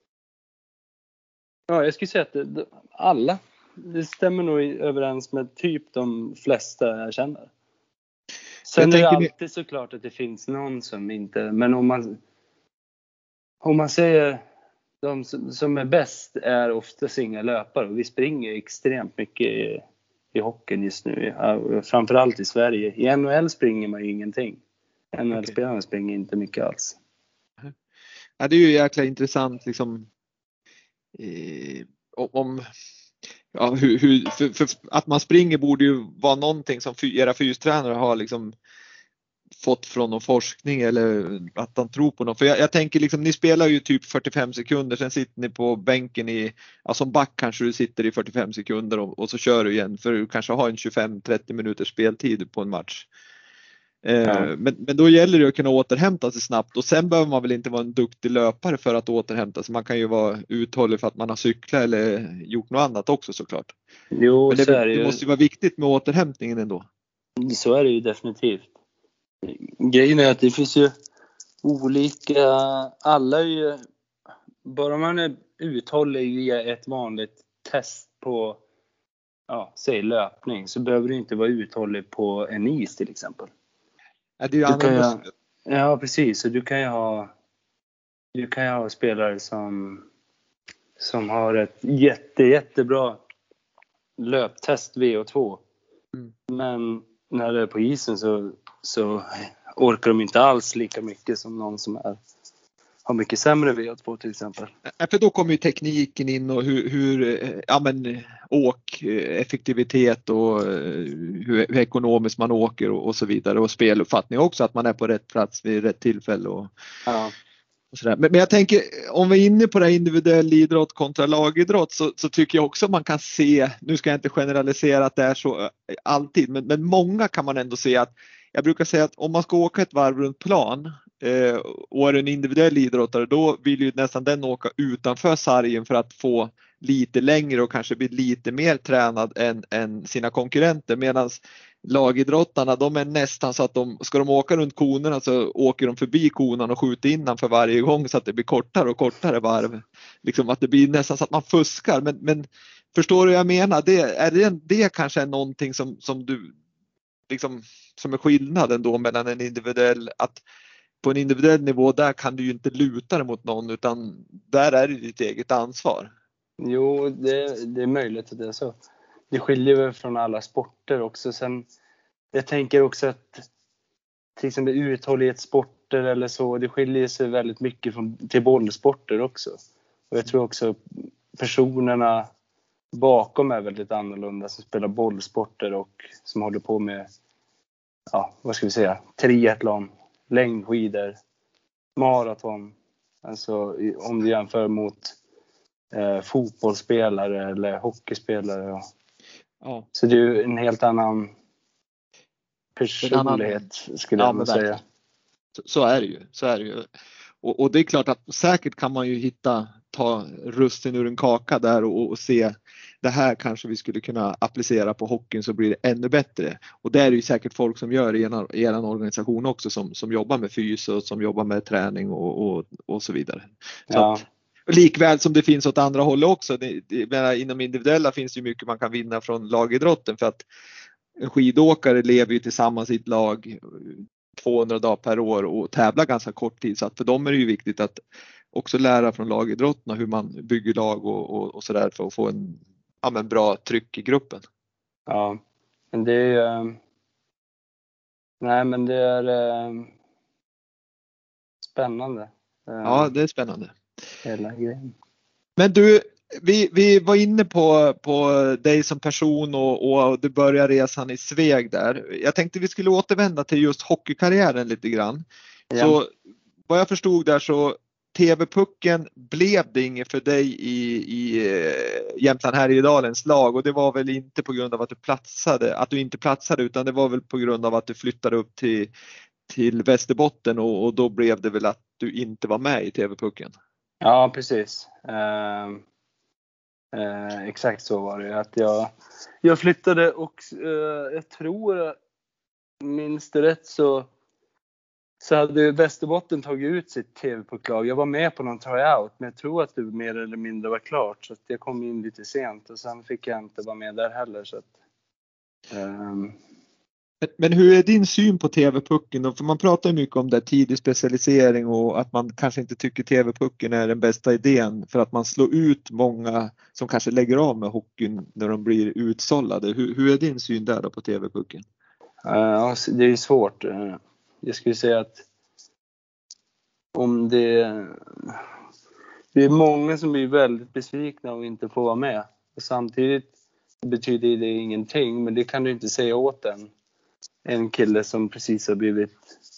Ja, jag skulle säga att alla. Det stämmer nog överens med typ de flesta jag känner. Sen är det alltid såklart att det finns någon som inte. Men om man säger de som är bäst är oftast inga löpare. Och vi springer extremt mycket i hockeyn just nu. Framförallt i Sverige. I NHL springer man ju ingenting. NHL-spelarna springer inte mycket alls. Ja, det är ju jäkla intressant liksom, om ja, för att man springer borde ju vara någonting som era fystränare har liksom fått från någon forskning eller att de tror på något. För jag tänker liksom, ni spelar ju typ 45 sekunder, sen sitter ni på bänken som back kanske du sitter i 45 sekunder och så kör du igen för du kanske har en 25-30 minuters speltid på en match. Ja. Men då gäller det att kunna återhämta sig snabbt och sen behöver man väl inte vara en duktig löpare för att återhämta sig. Man kan ju vara uthållig för att man har cyklat eller gjort något annat också såklart. Jo, men det måste ju vara viktigt med återhämtningen ändå. Så är det ju definitivt. Grejen är att det finns ju olika, alla är ju, bara man är uthållig via ett vanligt test på, ja, säg löpning, så behöver du inte vara uthållig på en is till exempel. Ja, det är ju ja, precis. Så du kan ju ha spelare som har ett jättebra löptest VO2. Men när det är på isen så orkar de inte alls lika mycket som någon som har mycket sämre VO2 till exempel. För då kommer ju tekniken in och hur åkeffektivitet och hur ekonomiskt man åker och så vidare, och speluppfattning också, att man är på rätt plats vid rätt tillfälle och sådär. Men jag tänker, om vi är inne på det här individuell idrott kontra lagidrott så tycker jag också man kan se, nu ska jag inte generalisera att det är så alltid, men många kan man ändå se att, jag brukar säga att om man ska åka ett varv runt plan och är en individuell idrottare, då vill ju nästan den åka utanför sargen för att få lite längre och kanske bli lite mer tränad än sina konkurrenter, medan lagidrottarna, de är nästan så att ska de åka runt konerna så åker de förbi konan och skjuter innan för varje gång så att det blir kortare och kortare varv. Liksom att det blir nästan så att man fuskar, men förstår du vad jag menar? Det kanske är någonting som du liksom, som är skillnaden då mellan en individuell, att på en individuell nivå där kan du ju inte luta dig mot någon, utan där är det ditt eget ansvar. Jo, det är möjligt att det är så. Det skiljer väl från alla sporter också. Sen, jag tänker också att till exempel uthållighetssporter eller så, det skiljer sig väldigt mycket till bollsporter också. Och jag tror också personerna bakom är väldigt annorlunda som spelar bollsporter och som håller på med, ja, vad ska vi säga, triathlon, längdskidor, maraton. Alltså om du jämför mot fotbollsspelare eller hockeyspelare. Ja. Så det är ju en helt annan personlighet skulle jag säga. Så är det ju. Och det är klart att säkert kan man ju ta russin ur en kaka där och se, det här kanske vi skulle kunna applicera på hockeyn så blir det ännu bättre. Och det är det ju säkert folk som gör i er organisation också som jobbar med fys och som jobbar med träning och så vidare. Så ja. att, likväl som det finns åt andra håll också. Inom individuella finns det ju mycket man kan vinna från lagidrotten, för att en skidåkare lever ju tillsammans i ett lag 200 dagar per år och tävlar ganska kort tid. Så att för dem är det ju viktigt att också lära från lagidrotterna hur man bygger lag och sådär för att få en bra tryck i gruppen. Ja, men det är nej, men det är spännande. Ja, det är spännande. Hela grejen. Men du, vi var inne på dig som person och du börjar resan i Sveg där. Jag tänkte vi skulle återvända till just hockeykarriären lite grann. Ja. Så vad jag förstod där så TV-pucken blev det inget för dig i Jämtland Härjedalens lag, och det var väl inte på grund av att du inte platsade, utan det var väl på grund av att du flyttade upp till Västerbotten och då blev det väl att du inte var med i TV-pucken. Ja, precis. Exakt så var det. Att jag flyttade och jag tror, minns det rätt, så hade Västerbotten tagit ut sitt TV-pucklag. Jag var med på någon tryout, men jag tror att det mer eller mindre var klart. Så att jag kom in lite sent och sen fick jag inte vara med där heller. Så att, Men hur är din syn på TV-pucken? För man pratar ju mycket om det, tidig specialisering och att man kanske inte tycker TV-pucken är den bästa idén för att man slår ut många som kanske lägger av med hockeyn när de blir utsållade. Hur är din syn där då på TV-pucken? Ja, det är ju svårt. Jag skulle säga att om det är många som blir väldigt besvikna och inte får vara med. Och samtidigt betyder det ingenting, men det kan du inte säga åt en kille som precis har blivit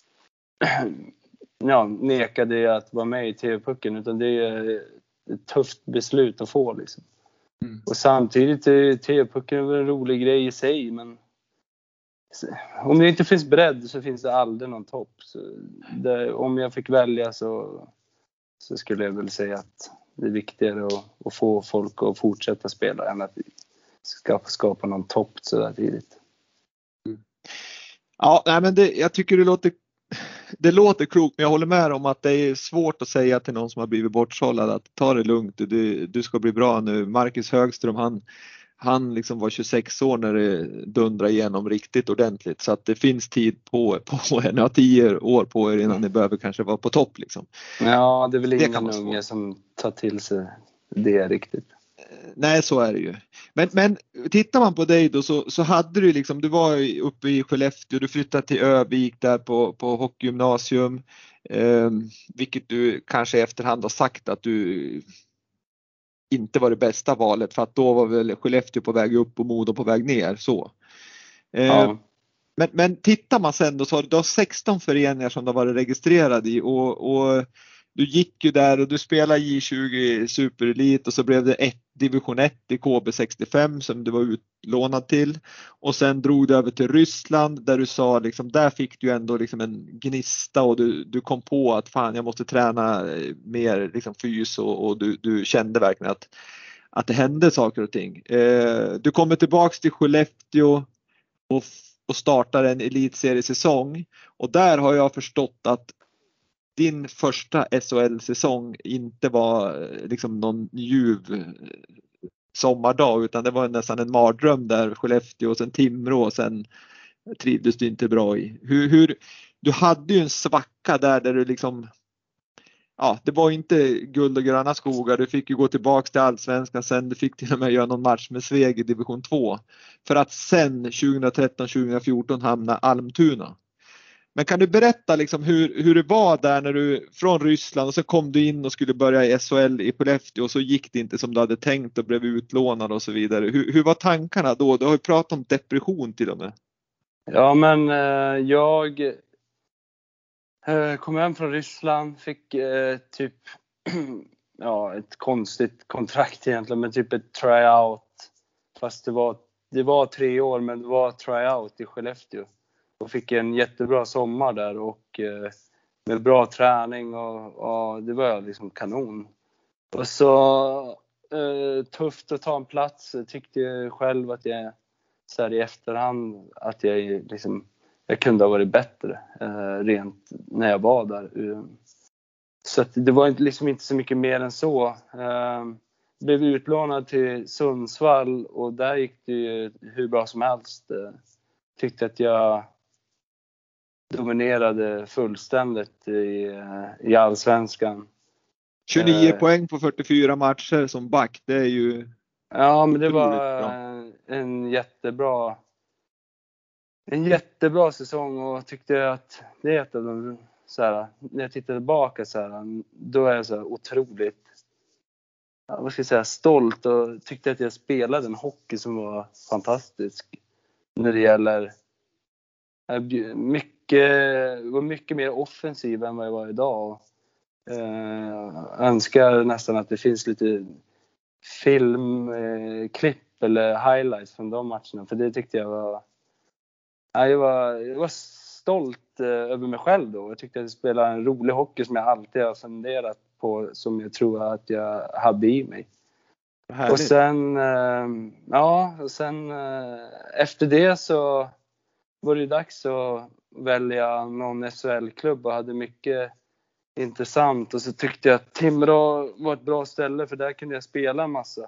nekade att vara med i TV-pucken, utan det är ett tufft beslut att få liksom. Och samtidigt är TV-pucken en rolig grej i sig, men om det inte finns bredd så finns det aldrig någon topp. Så om jag fick välja så skulle jag väl säga att det är viktigare att få folk att fortsätta spela än att skapa någon topp så där tidigt. Ja, nej, men jag tycker det låter klokt, men jag håller med om att det är svårt att säga till någon som har blivit bortsållad att ta det lugnt, du ska bli bra nu. Marcus Högström, han liksom var 26 år när det dundrade igenom riktigt ordentligt, så att det finns tid på er. Ni har 10 år på er innan ni behöver kanske vara på topp liksom. Ja, det är väl ingen unge som tar till sig det riktigt. Nej, så är det ju. Men tittar man på dig då så hade du liksom, du var uppe i Skellefteå, du flyttade till Övik där på hockeygymnasium, vilket du kanske i efterhand har sagt att du inte var det bästa valet, för att då var väl Skellefteå på väg upp och Modo på väg ner så. Ja. Men tittar man sen då så har du 16 föreningar som du har varit registrerad i och du gick ju där och du spelade J20 Superelit och så blev det division 1 i KB65 som du var utlånad till, och sen drog du över till Ryssland där du sa liksom, där fick du ändå liksom en gnista och du kom på att fan, jag måste träna mer liksom fys och du kände verkligen att det hände saker och ting. Du kommer tillbaks till Skellefteå och startar en elitseriesäsong, och där har jag förstått att din första SHL-säsong inte var liksom någon ljuv sommardag, utan det var nästan en mardröm där, Skellefteå och sen Timrå, och sen trivdes du inte bra i. Du hade ju en svacka där du liksom, ja, det var inte guld och gröna skogar, du fick ju gå tillbaks till Allsvenskan sen, du fick till och med göra någon match med Sveg i division 2 för att sen 2013-2014 hamna Almtuna. Men kan du berätta liksom hur det var där när du från Ryssland och så kom du in och skulle börja i SHL i Skellefteå och så gick det inte som du hade tänkt och blev utlånad och så vidare. Hur var tankarna då? Du har ju pratat om depression till och med. Ja, men jag kom hem från Ryssland, fick typ ett konstigt kontrakt egentligen, men typ ett tryout. Fast det var 3 år, men det var tryout i Skellefteå. Och fick en jättebra sommar där och med bra träning och det var liksom kanon. Och så tufft att ta en plats. Jag tyckte själv att jag så här i efterhand att jag kunde ha varit bättre rent när jag var där. Så att det var liksom inte så mycket mer än så. Blev utlånad till Sundsvall och där gick det ju hur bra som helst. tyckte att jag dominerade fullständigt i allsvenskan. 29 poäng på 44 matcher som back, det är ju... Ja, men det var bra. en jättebra säsong, och tyckte att det är ett av de, så här, när jag tittar tillbaka så här, då är jag så här otroligt, vad ska jag säga, stolt, och tyckte att jag spelade en hockey som var fantastisk när det gäller mycket mer offensiv än vad jag var idag. Önskar nästan att det finns lite filmklipp eller highlights från de matcherna, för det tyckte jag var... Jag var stolt över mig själv då. Jag tyckte att jag spelade en rolig hockey som jag alltid har funderat på, som jag tror att jag hade i mig. Härligt. Och sen efter det så var det dags att välja någon SHL-klubb, och hade mycket intressant. Och så tyckte jag att Timrå var ett bra ställe, för där kunde jag spela en massa.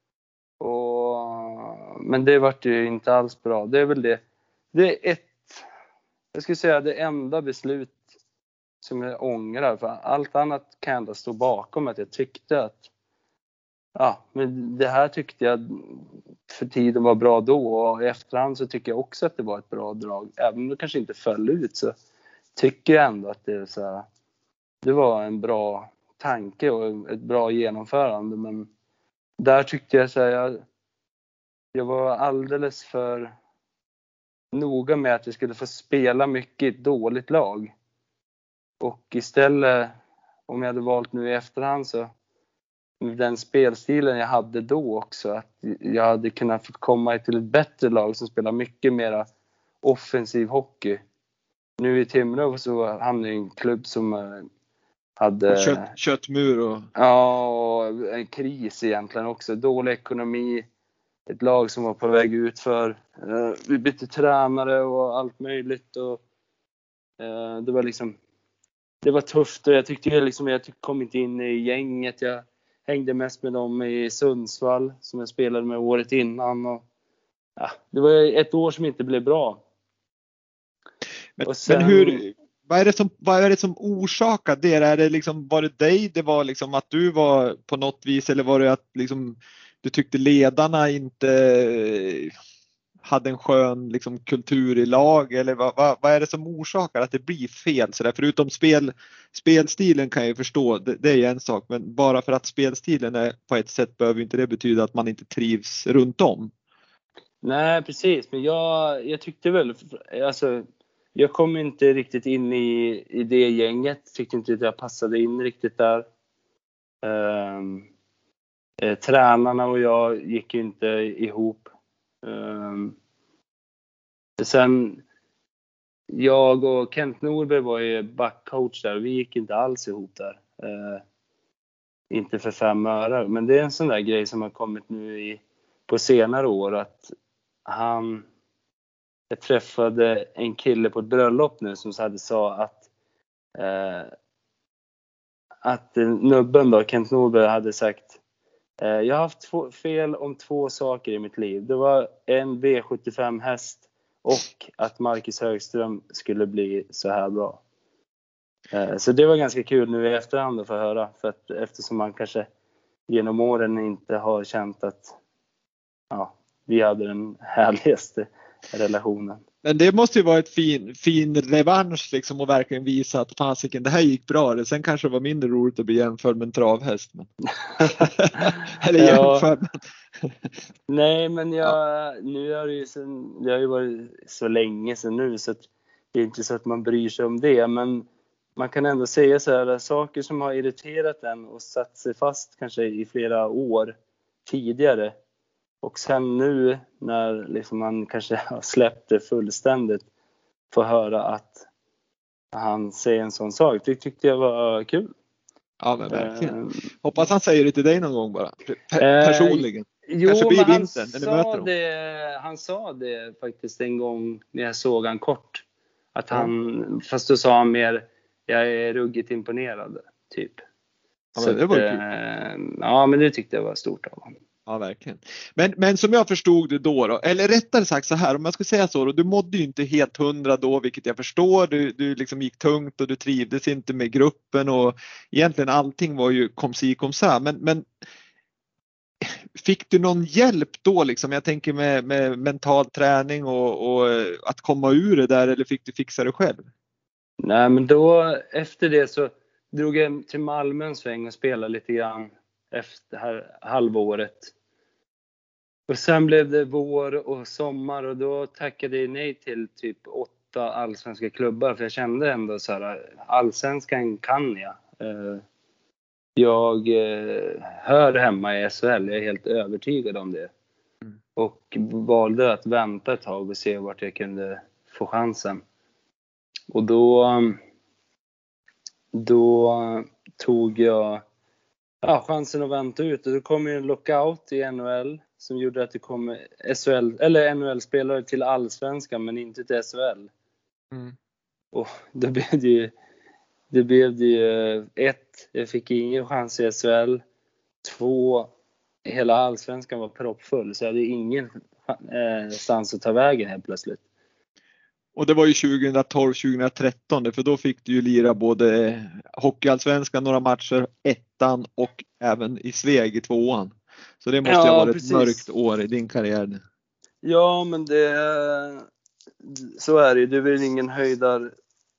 Men det var ju inte alls bra. Det är väl det. Det är jag skulle säga det enda beslut som jag ångrar. För allt annat kan jag ändå stå bakom, att jag tyckte att men det här tyckte jag för tiden var bra då, och i efterhand så tycker jag också att det var ett bra drag. Även om det kanske inte föll ut, så tycker jag ändå att det var en bra tanke och ett bra genomförande. Men där tyckte jag jag var alldeles för noga med att jag skulle få spela mycket i ett dåligt lag. Och istället, om jag hade valt nu i efterhand, så den spelstilen jag hade då också, att jag hade kunnat få komma till ett bättre lag som spelar mycket mer offensiv hockey. Nu i Timrå så hamnade jag i en klubb som hade köttmur och... Ja, och en kris egentligen också. Dålig ekonomi. Ett lag som var på väg ut för. Vi bytte tränare och allt möjligt. Och det var liksom... Det var tufft, och jag tyckte jag kom inte in i gänget. Jag hängde mest med dem i Sundsvall som jag spelade med året innan. Och, det var ett år som inte blev bra. Men vad är det som orsakar det? Är det liksom, var det dig? Det var liksom att du var på något vis, eller var det att liksom, du tyckte ledarna inte hade en skön liksom, kultur i lag? Eller vad är det som orsakar att det blir fel? Så där? Förutom spelstilen kan jag ju förstå, det är en sak. Men bara för att spelstilen är på ett sätt behöver inte det betyda att man inte trivs runt om. Nej, precis. Men jag tyckte väl, alltså, jag kom inte riktigt in i det gänget. Tyckte inte att jag passade in riktigt där. Tränarna och jag gick ju inte ihop. Sen jag och Kent Norberg var ju backcoach där. Vi gick inte alls ihop där. Inte för 5 öre. Men det är en sån där grej som har kommit nu på senare år, att jag träffade en kille på ett bröllop nu som sa att nubben då, Kent Norberg, hade sagt: jag har haft fel om 2 saker i mitt liv. Det var en V75 häst och att Marcus Högström skulle bli så här bra. Så det var ganska kul nu i efterhand att få höra, för att eftersom man kanske genom åren inte har känt att vi hade den härligaste relationen. Men det måste ju vara ett fin revansch liksom, och verkligen visa att fasiken, det här gick bra. Sen kanske det var mindre roligt att bli jämförd med en travhäst. Men... Eller jämförd. Nej, men nu har det har ju varit så länge sedan nu, så att det är inte så att man bryr sig om det. Men man kan ändå säga så här, saker som har irriterat en och satt sig fast kanske i flera år tidigare. Och sen nu när liksom man kanske har släppt det fullständigt, får höra att han säger en sån sak. Det tyckte jag var kul. Ja, men verkligen. Hoppas han säger det till dig någon gång bara. Personligen. Jo, kanske blir men vintern när du möter dem. Han sa det faktiskt en gång när jag såg han kort. Att fast då sa han mer, jag är ruggigt imponerad typ. Ja, men det var kul. Ja, men det tyckte jag var stort av honom. Ja, verkligen. Men som jag förstod det då, eller rättare sagt så här, om jag ska säga så då, du mådde ju inte helt 100 då, vilket jag förstår. Du liksom gick tungt och du trivdes inte med gruppen och egentligen allting var ju kom si kom så. Men fick du någon hjälp då liksom? Jag tänker med mental träning och att komma ur det där, eller fick du fixa det själv? Nej, men då efter det så drog jag till Malmö en sväng och spelade lite grann efter det här halvåret. Och sen blev det vår och sommar och då tackade jag nej till typ 8 allsvenska klubbar. För jag kände ändå så här, allsvenskan kan jag. Jag hör hemma i SHL, jag är helt övertygad om det. Och valde att vänta ett tag och se vart jag kunde få chansen. Och då tog jag chansen att vänta ut. Och då kom ju en lockout i NHL som gjorde att det kom SHL eller NHL-spelare till allsvenskan men inte till SHL. Och då blev det ju 1, jag fick ingen chans i SHL. 2, hela allsvenskan var proppfull så jag hade ingen stans att ta vägen helt plötsligt. Och det var ju 2012-2013, för då fick du ju lira både Hockeyallsvenskan några matcher, 1:an och även i Sveg i 2:an. Så det måste ju ha varit precis. Ett mörkt år i din karriär. Ja, men så är det. Det är väl ingen höjdare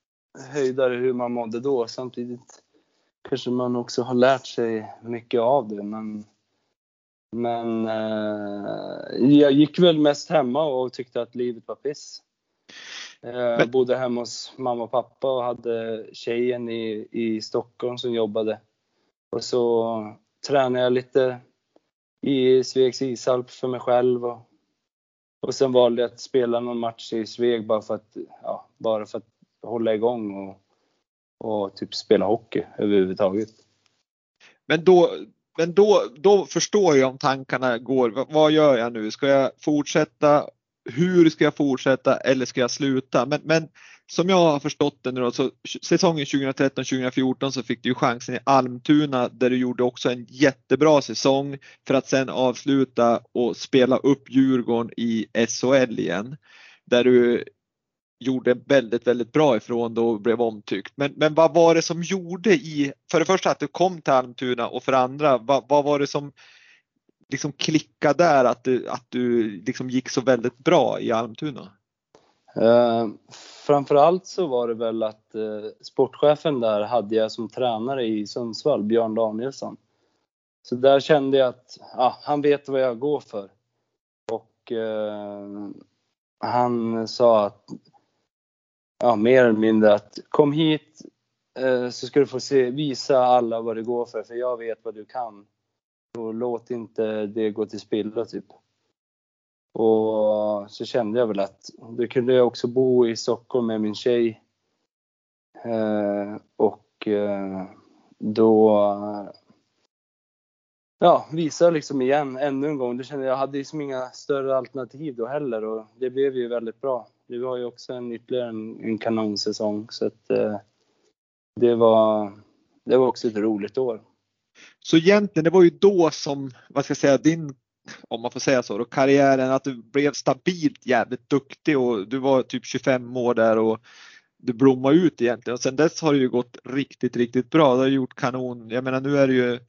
hur man mådde då. Samtidigt kanske man också har lärt sig mycket av det. Men jag gick väl mest hemma och tyckte att livet var piss. Jag bodde hemma hos mamma och pappa och hade tjejen i Stockholm som jobbade. Och så tränade jag lite i Svegs ishall för mig själv. Och sen valde jag att spela någon match i Sveg bara för att hålla igång och typ spela hockey överhuvudtaget. Men då förstår jag om tankarna går. Vad gör jag nu? Ska jag fortsätta? Hur ska jag fortsätta eller ska jag sluta? Men som jag har förstått det nu då, så säsongen 2013-2014 så fick du ju chansen i Almtuna där du gjorde också en jättebra säsong för att sen avsluta och spela upp Djurgården i SHL igen. Där du gjorde väldigt, väldigt bra ifrån då och blev omtyckt. Men vad var det som gjorde för det första att du kom till Almtuna och för andra, vad var det som liksom klickade där att du liksom gick så väldigt bra i Almtuna? Framförallt så var det väl att sportchefen där hade jag som tränare i Sundsvall, Björn Danielsson. Så där kände jag att han vet vad jag går för. Och han sa att mer eller mindre att kom hit så ska du få visa alla vad du går för jag vet vad du kan. Och låt inte det gå till spilla typ. Och så kände jag väl att då kunde jag också bo i Stockholm med min tjej. Och då visa liksom igen ännu en gång. Då kände jag hade liksom inga större alternativ då heller. Och det blev ju väldigt bra. Det var ju också ytterligare en kanonsäsong. Så att det var också ett roligt år. Så egentligen det var ju då som, vad ska jag säga, din, om man får säga så då, karriären, att du blev stabilt jävligt duktig och du var typ 25 år där och du blommade ut egentligen. Och sen dess har det ju gått riktigt, riktigt bra. Du har gjort kanon. Jag menar nu är det ju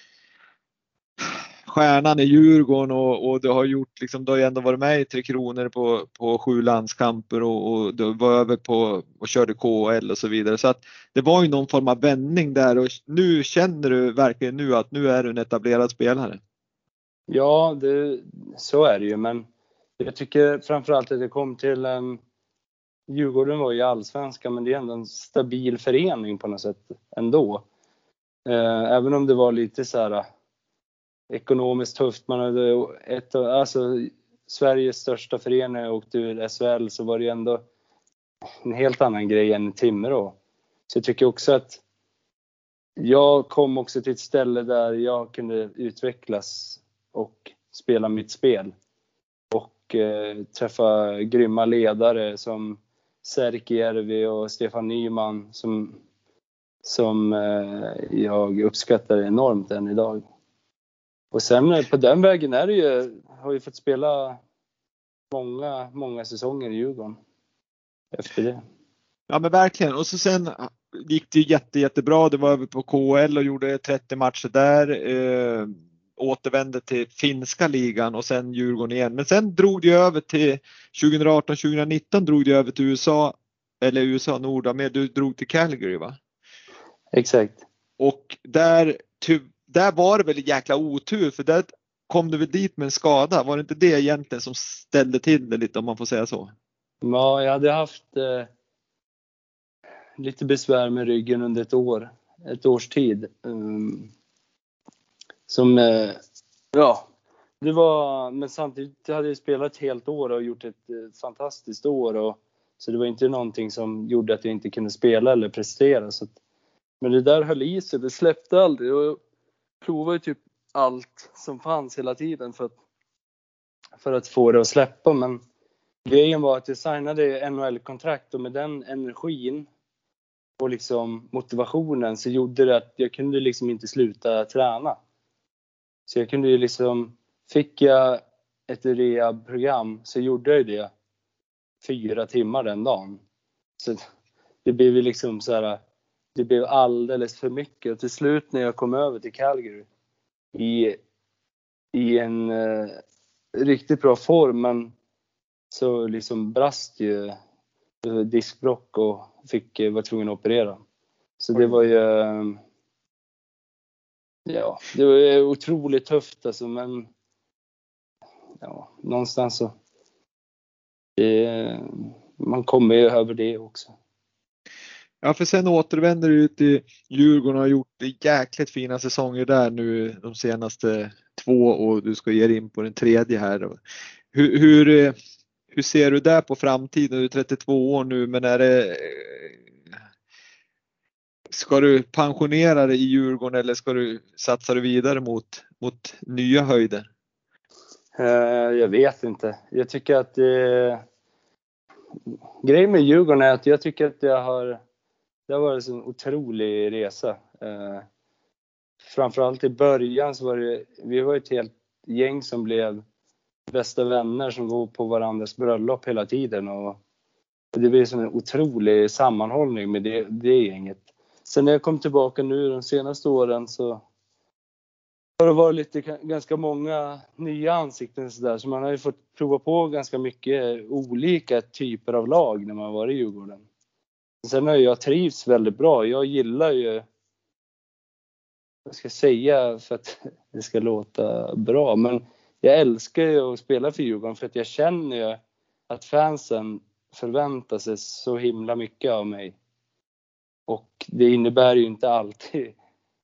stjärnan i Djurgården och du har gjort liksom, du har ju ändå varit med i 3 Kronor på 7 landskamper och du var över på och körde KHL och så vidare. Så att det var ju någon form av vändning där och nu känner du verkligen nu att nu är du en etablerad spelare. Ja, så är det ju, men jag tycker framförallt att det kom till Djurgården var ju allsvenskan, men det är ändå en stabil förening på något sätt ändå. Även om det var lite så här ekonomiskt tufft, man hade Sveriges största förening åkte ur SHL, så var det ändå en helt annan grej än Timrå. Så jag tycker också att jag kom också till ett ställe där jag kunde utvecklas och spela mitt spel och träffa grymma ledare som Serki Järvi och Stefan Nyman som jag uppskattar enormt än idag. Och sen på den vägen är det ju, har ju fått spela många säsonger i Djurgården efter det. Ja men verkligen. Och så sen gick det ju jättebra. Det var över på KL och gjorde 30 matcher där. Återvände till finska ligan och sen Djurgården igen. Men sen drog det över till 2018-2019 drog det över till USA. Eller USA Nordamerika. Du drog till Calgary va? Exakt. Och där var det väl jäkla otur för där kom du väl dit med en skada. Var det inte det egentligen som ställde till det lite om man får säga så? Ja, jag hade haft lite besvär med ryggen under ett års tid. Det var, men samtidigt hade jag spelat ett helt år och gjort ett fantastiskt år. Så det var inte någonting som gjorde att jag inte kunde spela eller prestera. Men det där höll i sig, det släppte aldrig. Och jag provade typ allt som fanns hela tiden för att få det att släppa. Men grejen var att jag signade NHL-kontrakt och med den energin och liksom motivationen så gjorde det att jag kunde liksom inte sluta träna. Så jag kunde ju liksom, fick jag ett rehab-program så gjorde jag det 4 timmar den dagen. Så det blev ju liksom så här, det blev alldeles för mycket. Och till slut när jag kom över till Calgary i en riktigt bra form, men så liksom brast ju diskbråck och var tvungen att operera. Så det var ju det var otroligt tufft alltså, men någonstans så man kommer ju över det också. Ja, för sen återvänder du till Djurgården och har gjort jäkligt fina säsonger där nu de senaste 2 och du ska ge dig in på den 3:e här. Hur ser du där på framtiden? Du är 32 år nu, men ska du pensionera dig i Djurgården eller satsa vidare mot nya höjder? Jag vet inte. Jag tycker att grejen med Djurgården är att jag tycker att det har varit en otrolig resa. Framförallt i början så vi var ett helt gäng som blev bästa vänner som går på varandras bröllop hela tiden. Och det blev en otrolig sammanhållning med det gänget. Sen när jag kom tillbaka nu de senaste åren så har det varit ganska många nya ansikten så där. Så man har ju fått prova på ganska mycket olika typer av lag när man var i Djurgården. Sen har jag trivs väldigt bra. Jag gillar ju, vad ska jag säga för att det ska låta bra, men jag älskar ju att spela för Djurgården för att jag känner ju att fansen förväntar sig så himla mycket av mig. Och det innebär ju inte alltid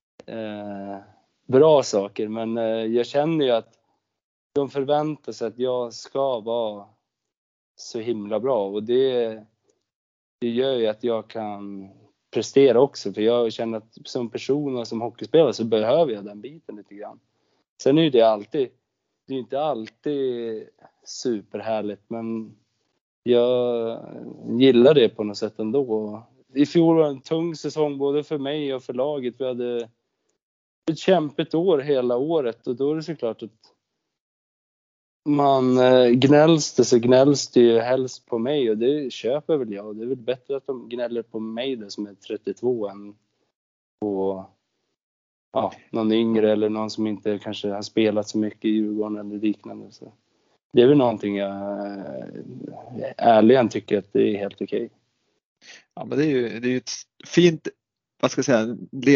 bra saker, men jag känner ju att de förväntar sig att jag ska vara så himla bra, och det gör ju att jag kan prestera också, för jag känner att som person och som hockeyspelare så behöver jag den biten lite grann. Sen är det inte alltid superhärligt, men jag gillar det på något sätt ändå. I fjol var det en tung säsong både för mig och för laget. Vi hade ett kämpigt år hela året, och då är det såklart att man gnälls det ju helst på mig, och det köper väl jag. Det är väl bättre att de gnäller på mig där som är 32 än på någon yngre eller någon som inte kanske har spelat så mycket i Djurgården eller liknande. Så det är väl någonting jag ärligen tycker att det är helt okej. Ja, men det är ju ett fint, vad ska jag säga,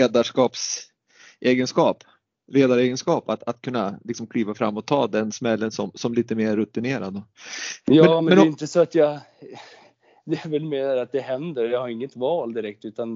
ledaregenskap att kunna liksom kliva fram och ta den smällen som lite mer rutinerad. Ja, men det är inte så att det är väl mer att det händer. Jag har inget val direkt, utan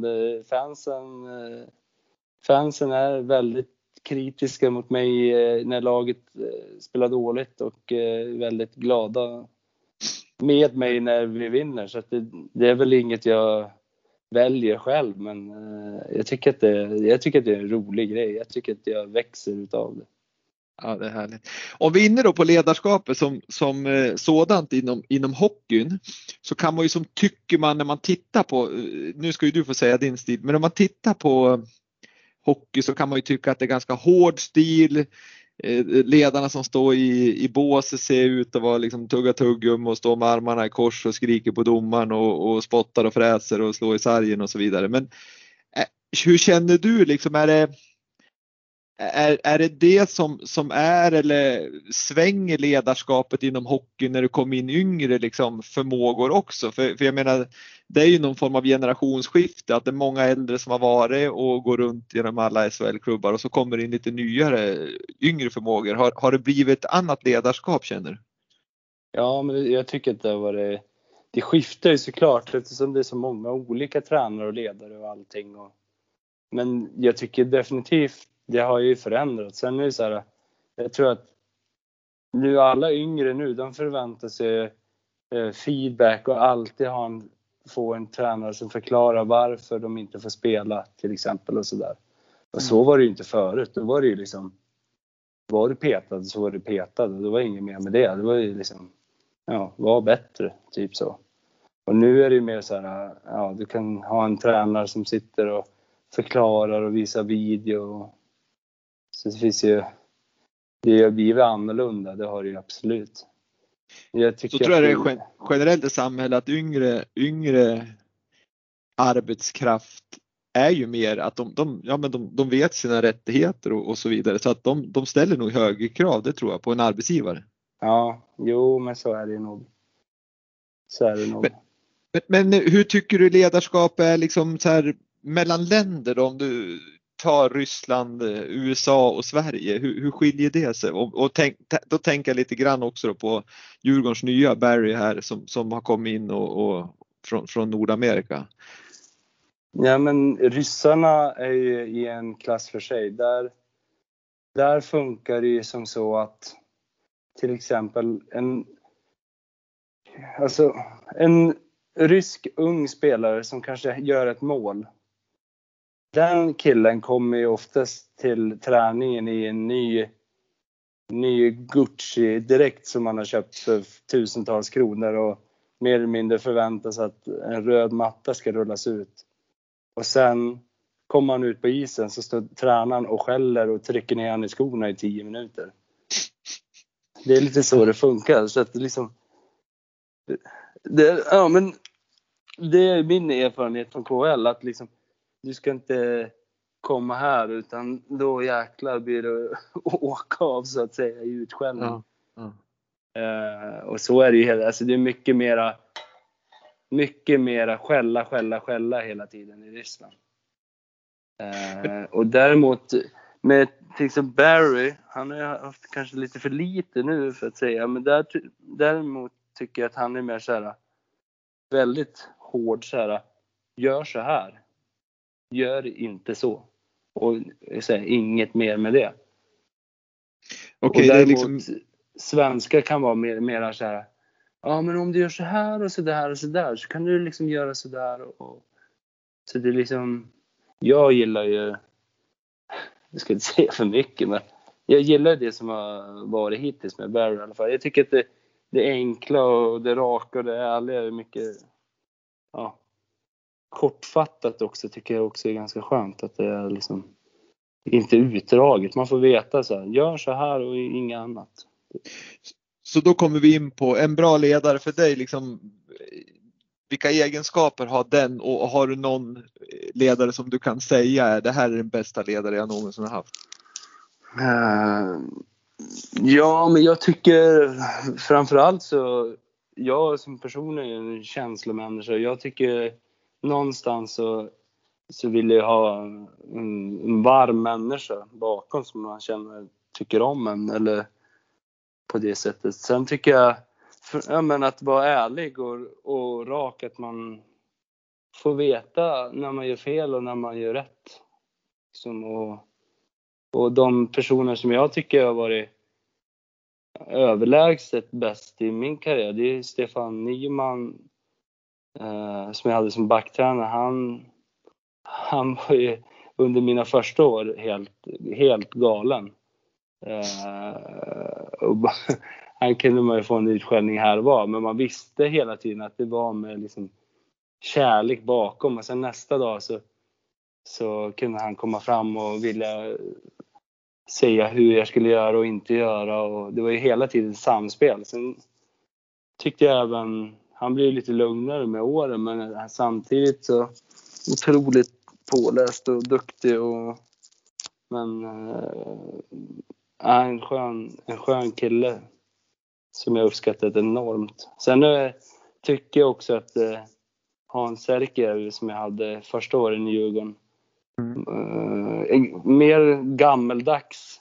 fansen är väldigt kritiska mot mig när laget spelar dåligt, och väldigt glada med mig när vi vinner. Så att det är väl inget jag väljer själv, men jag tycker att det är en rolig grej. Jag tycker att jag växer utav det. Ja, det är härligt. Om vi är inne då på ledarskapet som sådant inom hockeyn, så kan man ju tycker man när man tittar på, nu ska ju du få säga din stil, men om man tittar på hockey så kan man ju tycka att det är ganska hård stil. ledarna som står i båset ser ut att vara liksom tugga tuggum och stå med armarna i kors och skriker på domaren och spottar och fräser och slår i sargen och så vidare. Men hur känner du liksom, är det som är, eller svänger ledarskapet inom hockey när det kommer in yngre liksom förmågor också? För jag menar, det är ju någon form av generationsskifte, att det är många äldre som har varit och går runt genom alla SHL-klubbar och så kommer det in lite nyare, yngre förmågor. Har det blivit ett annat ledarskap, känner du? Ja, men jag tycker att det skiftar ju såklart eftersom det är så många olika tränare och ledare och allting. Men jag tycker definitivt det har ju förändrats. Sen är det så här, jag tror att nu alla yngre nu, de förväntar sig feedback och alltid få en tränare som förklarar varför de inte får spela till exempel och sådär. Och så var det ju inte förut. Då var det ju liksom, var du petad så var du petad. Då var inget mer med det. Det var ju liksom, ja, var bättre, typ så. Och nu är det ju mer så här, ja, du kan ha en tränare som sitter och förklarar och visar video. Så det finns ju, det har blivit annorlunda, det har det ju absolut. Jag tycker så tror jag det är generellt i samhället att yngre arbetskraft är ju mer att de vet sina rättigheter och så vidare, så att de ställer nog högre krav, det tror jag, på en arbetsgivare. Ja, jo, men så är det nog. Så är det nog. Men hur tycker du ledarskap är liksom så här mellan länder då, om du tar Ryssland, USA och Sverige, hur skiljer det sig? Då tänker jag lite grann också då på Djurgårdens nya Barry här som har kommit in och från Nordamerika. Ja, men ryssarna är ju i en klass för sig. Där funkar det ju som så att till exempel en rysk ung spelare som kanske gör ett mål. Den killen kommer ju oftast till träningen i en ny Gucci direkt som man har köpt för tusentals kronor och mer eller mindre förväntas att en röd matta ska rullas ut. Och sen kommer han ut på isen så står tränaren och skäller och trycker ner han i skorna i 10 minuter. Det är lite så det funkar. Så att det liksom, men det är min erfarenhet från KHL att liksom, du ska inte komma här utan då jäklar blir det åka av så att säga i utskällning. Ja. Och så är det ju alltså det är mycket mera skälla hela tiden i Ryssland. Och däremot med till exempel Barry, han har haft kanske lite för lite nu för att säga, men däremot tycker jag att han är mer så här väldigt hård så här, gör så här. Gör inte så. Och säger inget mer med det. Okej, och däremot, det är liksom svenskar kan vara mer så här, ja men om du gör så här och så där och så där så kan du liksom göra så där och så det är liksom, jag gillar ju, jag ska inte säga för mycket, men jag gillar det som har varit hittills med Barry i alla fall. Jag tycker att det enkla och det raka och det ärliga är mycket, ja, kortfattat också, tycker jag också är ganska skönt att det är liksom inte utdraget. Man får veta så här, gör så här och inget annat. Så då kommer vi in på en bra ledare för dig, liksom, vilka egenskaper har den, och har du någon ledare som du kan säga det här är den bästa ledare jag någonsin har haft? Ja, men jag tycker framförallt så, jag som person är en känslomänniska. Jag tycker någonstans så vill jag ha en varm människa bakom som man tycker om en, eller på det sättet. Sen tycker jag att vara ärlig och rak, att man får veta när man gör fel och när man gör rätt. Och de personer som jag tycker har varit överlägset bäst i min karriär, det är Stefan Nyman, som jag hade som backtränare. Han var ju under mina första år helt galen. Och han kunde man ju få en utskällning här och var, men man visste hela tiden att det var med liksom kärlek bakom, och sen nästa dag så kunde han komma fram och vilja säga hur jag skulle göra och inte göra. Och det var ju hela tiden samspel. Sen tyckte jag även, han blev lite lugnare med åren, men samtidigt så otroligt påläst och duktig. Men en skön kille som jag uppskattat enormt. Sen tycker jag också att Hans Serker som jag hade första åren i Djurgården, mer gammeldags.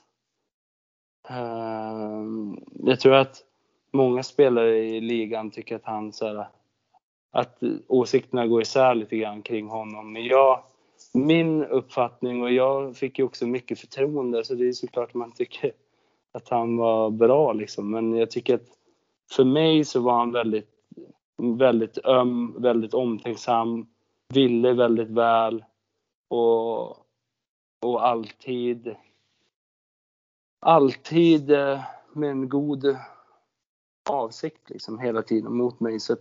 Jag tror att många spelare i ligan tycker att han att åsikterna går isär lite grann kring honom. Men min uppfattning, och jag fick ju också mycket förtroende, så det är såklart man tycker att han var bra liksom. Men jag tycker att för mig så var han väldigt, väldigt väldigt omtänksam, ville väldigt väl och alltid med en god avsikt liksom hela tiden mot mig. Så att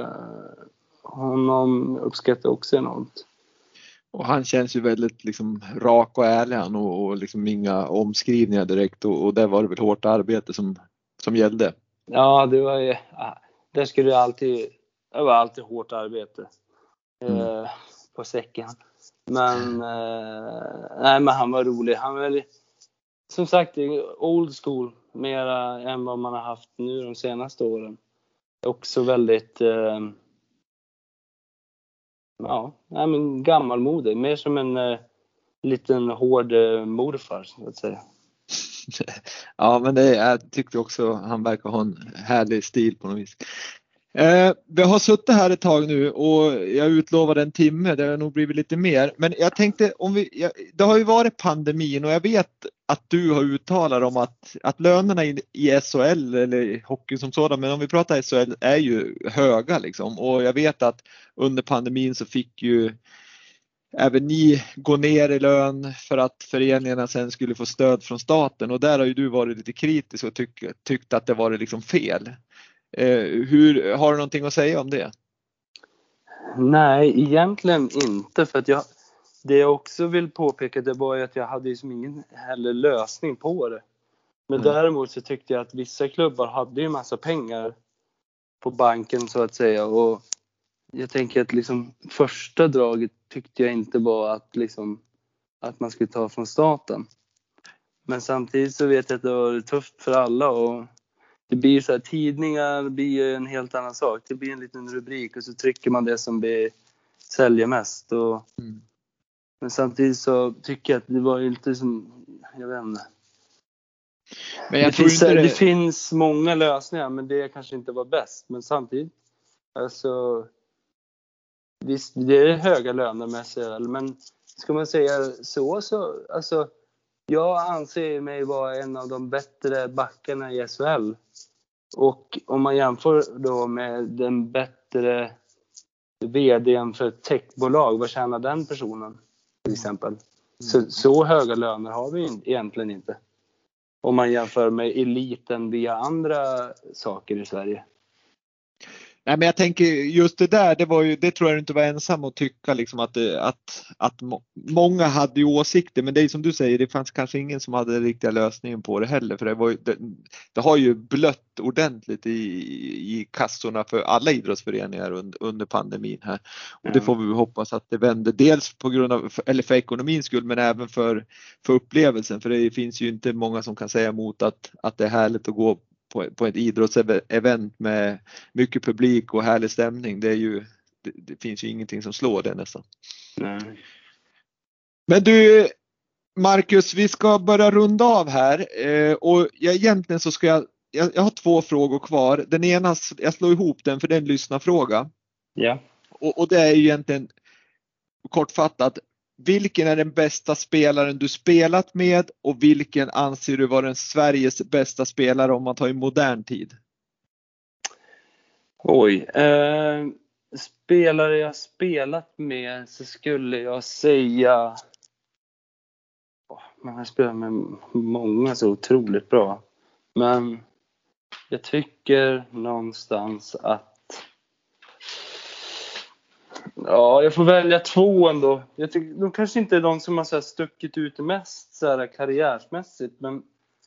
honom uppskattar också enormt. Och han känns ju väldigt liksom rak och ärlig och liksom inga omskrivningar direkt, och där var det väl hårt arbete som gällde. Ja, det var ju, där skulle det var alltid hårt arbete på säcken. Men nej, men han var rolig. Han var som sagt old school mer än vad man har haft nu de senaste åren. Också väldigt men gammalmodig, mer som en liten hård morfar så att säga. Ja, men jag tyckte också han verkar ha en härlig stil på något vis. Vi har suttit här ett tag nu och jag utlovade en timme, det har nog blivit lite mer. Men jag tänkte, det har ju varit pandemin och jag vet att du har uttalat om att lönerna i SHL eller hockey som sådan, men om vi pratar SHL, är ju höga liksom. Och jag vet att under pandemin så fick ju även ni gå ner i lön för att föreningarna sen skulle få stöd från staten, och där har ju du varit lite kritisk och tyckt att det var liksom fel. Har du någonting att säga om det? Nej, egentligen inte, för att det jag också vill påpeka, det var ju att jag hade ju ingen heller lösning på det. Men däremot så tyckte jag att vissa klubbar hade ju massa pengar på banken så att säga, och jag tänker att liksom första draget tyckte jag inte var att man skulle ta från staten. Men samtidigt så vet jag att det var tufft för alla, och det blir så här, tidningar blir en helt annan sak. Det blir en liten rubrik och så trycker man det som säljer mest. Men samtidigt så tycker jag att det var inte som, jag vet inte. Men det finns många lösningar, men det kanske inte var bäst. Men samtidigt, alltså, visst, det är höga löner med SHL, men ska man säga så alltså, jag anser mig vara en av de bättre backarna i SHL. Och om man jämför då med den bättre vdn för ett techbolag, vad tjänar den personen till exempel? Så höga löner har vi egentligen inte. Om man jämför med eliten via andra saker i Sverige. Nej, men jag tänker just det där, det tror jag du inte var ensam att tycka liksom, att många hade ju åsikter, men det är som du säger, det fanns kanske ingen som hade riktiga lösningen på det heller, för det har ju blött ordentligt i kassorna för alla idrottsföreningar under pandemin här, och det får vi hoppas att det vänder, dels på grund av, eller för ekonomins skull, men även för upplevelsen, för det finns ju inte många som kan säga emot att det är härligt att gå på ett idrottsevent med mycket publik och härlig stämning. Det finns ju ingenting som slår det nästan. Nej. Men du, Marcus, vi ska börja runda av här, och egentligen så ska jag har 2 frågor kvar. Den ena, jag slår ihop den för det är en lyssnarfråga. Ja. Och det är ju egentligen kortfattat: vilken är den bästa spelaren du spelat med, och vilken anser du vara den Sveriges bästa spelare om man tar i modern tid? Oj. Spelare jag spelat med, så skulle jag säga... Man har spelat med många så otroligt bra. Men jag tycker någonstans att... Ja, jag får välja 2 ändå. Jag tycker, de kanske inte är de som har så här stuckit ut mest så här karriärsmässigt, men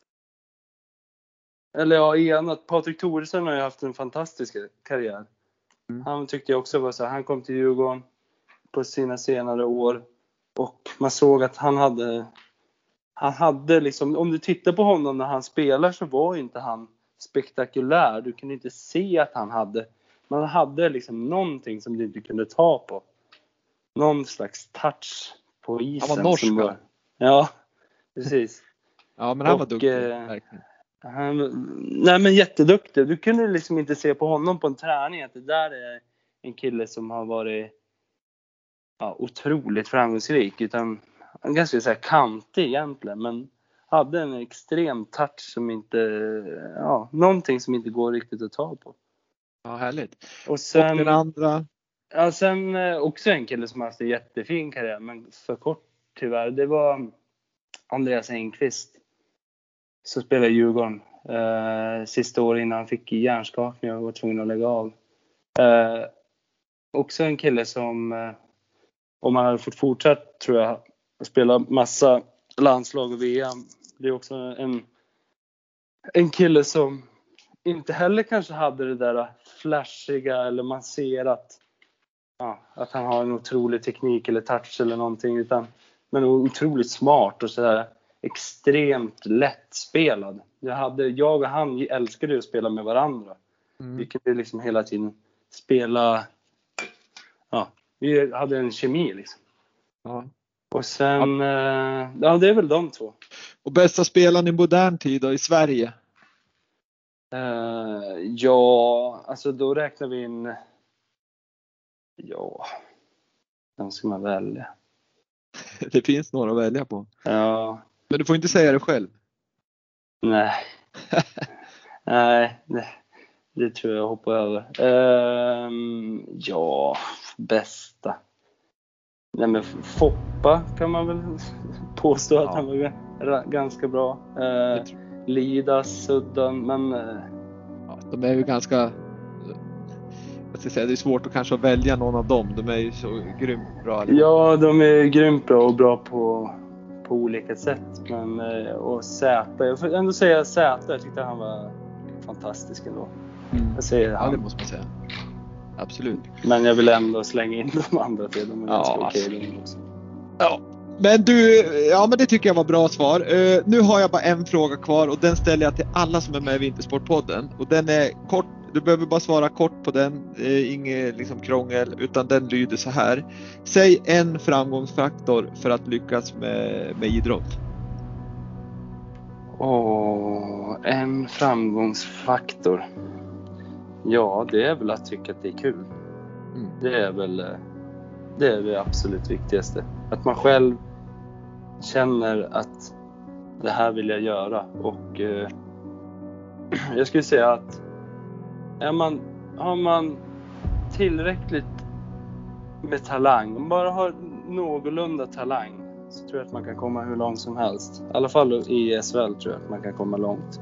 eller ja, enat. Patrik Thoresen har ju haft en fantastisk karriär. Han tyckte jag också var så här, han kom till Djurgården på sina senare år och man såg att han hade liksom, om du tittar på honom när han spelar så var inte han spektakulär. Du kunde inte se att man hade liksom någonting som du inte kunde ta på. Någon slags touch på isen. Han var norsk. Ja, precis. Ja, men han var duktig, verkligen. Nej, men jätteduktig. Du kunde liksom inte se på honom på en träning att det där är en kille som har varit otroligt framgångsrik, utan ganska så här kantig egentligen, men hade en extrem touch som inte, någonting som inte går riktigt att ta på. Ja, härligt. Och sen och den andra? Ja, sen också en kille som har haft en jättefin karriär, men för kort tyvärr. Det var Andreas Engqvist som spelade i Djurgården sista år innan han fick hjärnskakning och var tvungen att lägga av. Också en kille som, om man hade fått fortsatt, tror jag, att spela massa landslag och VM. Det är också en kille som inte heller kanske hade det där flashiga, eller man ser att han har en otrolig teknik eller touch eller någonting, men otroligt smart och sådär extremt lättspelad. Jag och han älskade att spela med varandra. Vi kunde liksom hela tiden spela. Vi hade en kemi liksom. Ja. Och sen det är väl de 2. Och bästa spelaren i modern tid då, i Sverige? Alltså då räknar vi in. Den ska man välja. Det finns några att välja på. Ja. Men du får inte säga det själv. Nej. Nej, det tror jag hoppar över. Bästa. Nej, men Foppa kan man väl påstå att han var ganska bra. Lidas, Sudden, men de är ju ganska, jag ska säga, det är svårt att kanske välja någon av dem. De är ju så grymt bra. Ja, de är grymt bra och bra på olika sätt. Men och Zäta, jag får ändå säga Zäta, jag tyckte han var fantastisk ändå. Jag säger han. Ja, det måste man säga. Absolut. Men jag vill ändå slänga in de andra till dem. Ja. Men men det tycker jag var bra svar. Nu har jag bara en fråga kvar och den ställer jag till alla som är med i Vintersportpodden. Och den är kort, du behöver bara svara kort på den. Inget liksom krångel, utan den lyder så här. Säg en framgångsfaktor för att lyckas med idrott. En framgångsfaktor. Ja, det är väl att tycka att det är kul. Det är väl det absolut viktigaste. Att man själv känner att det här vill jag göra. Och jag skulle säga att har man tillräckligt med talang, om man bara har någorlunda talang, så tror jag att man kan komma hur långt som helst. I alla fall i SHL tror jag att man kan komma långt.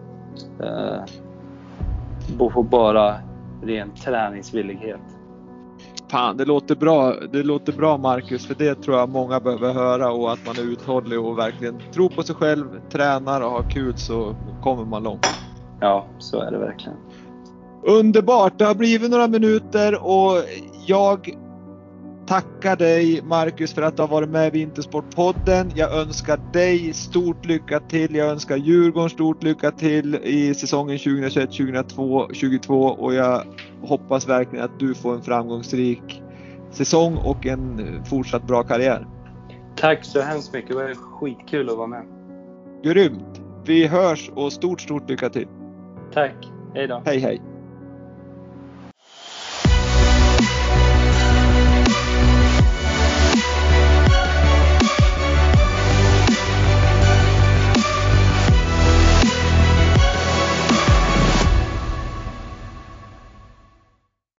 På bara ren träningsvillighet. Fan, det låter bra Marcus, för det tror jag många behöver höra, och att man är uthållig och verkligen tror på sig själv, tränar och har kul, så kommer man långt. Ja, så är det verkligen. Underbart, det har blivit några minuter och jag tackar dig Marcus för att du har varit med i Vintersportpodden. Jag önskar dig stort lycka till. Jag önskar Djurgården stort lycka till i säsongen 2021-2022 och jag hoppas verkligen att du får en framgångsrik säsong och en fortsatt bra karriär. Tack så hemskt mycket. Det var skitkul att vara med. Grymt. Vi hörs och stort lycka till. Tack. Hej då. Hej.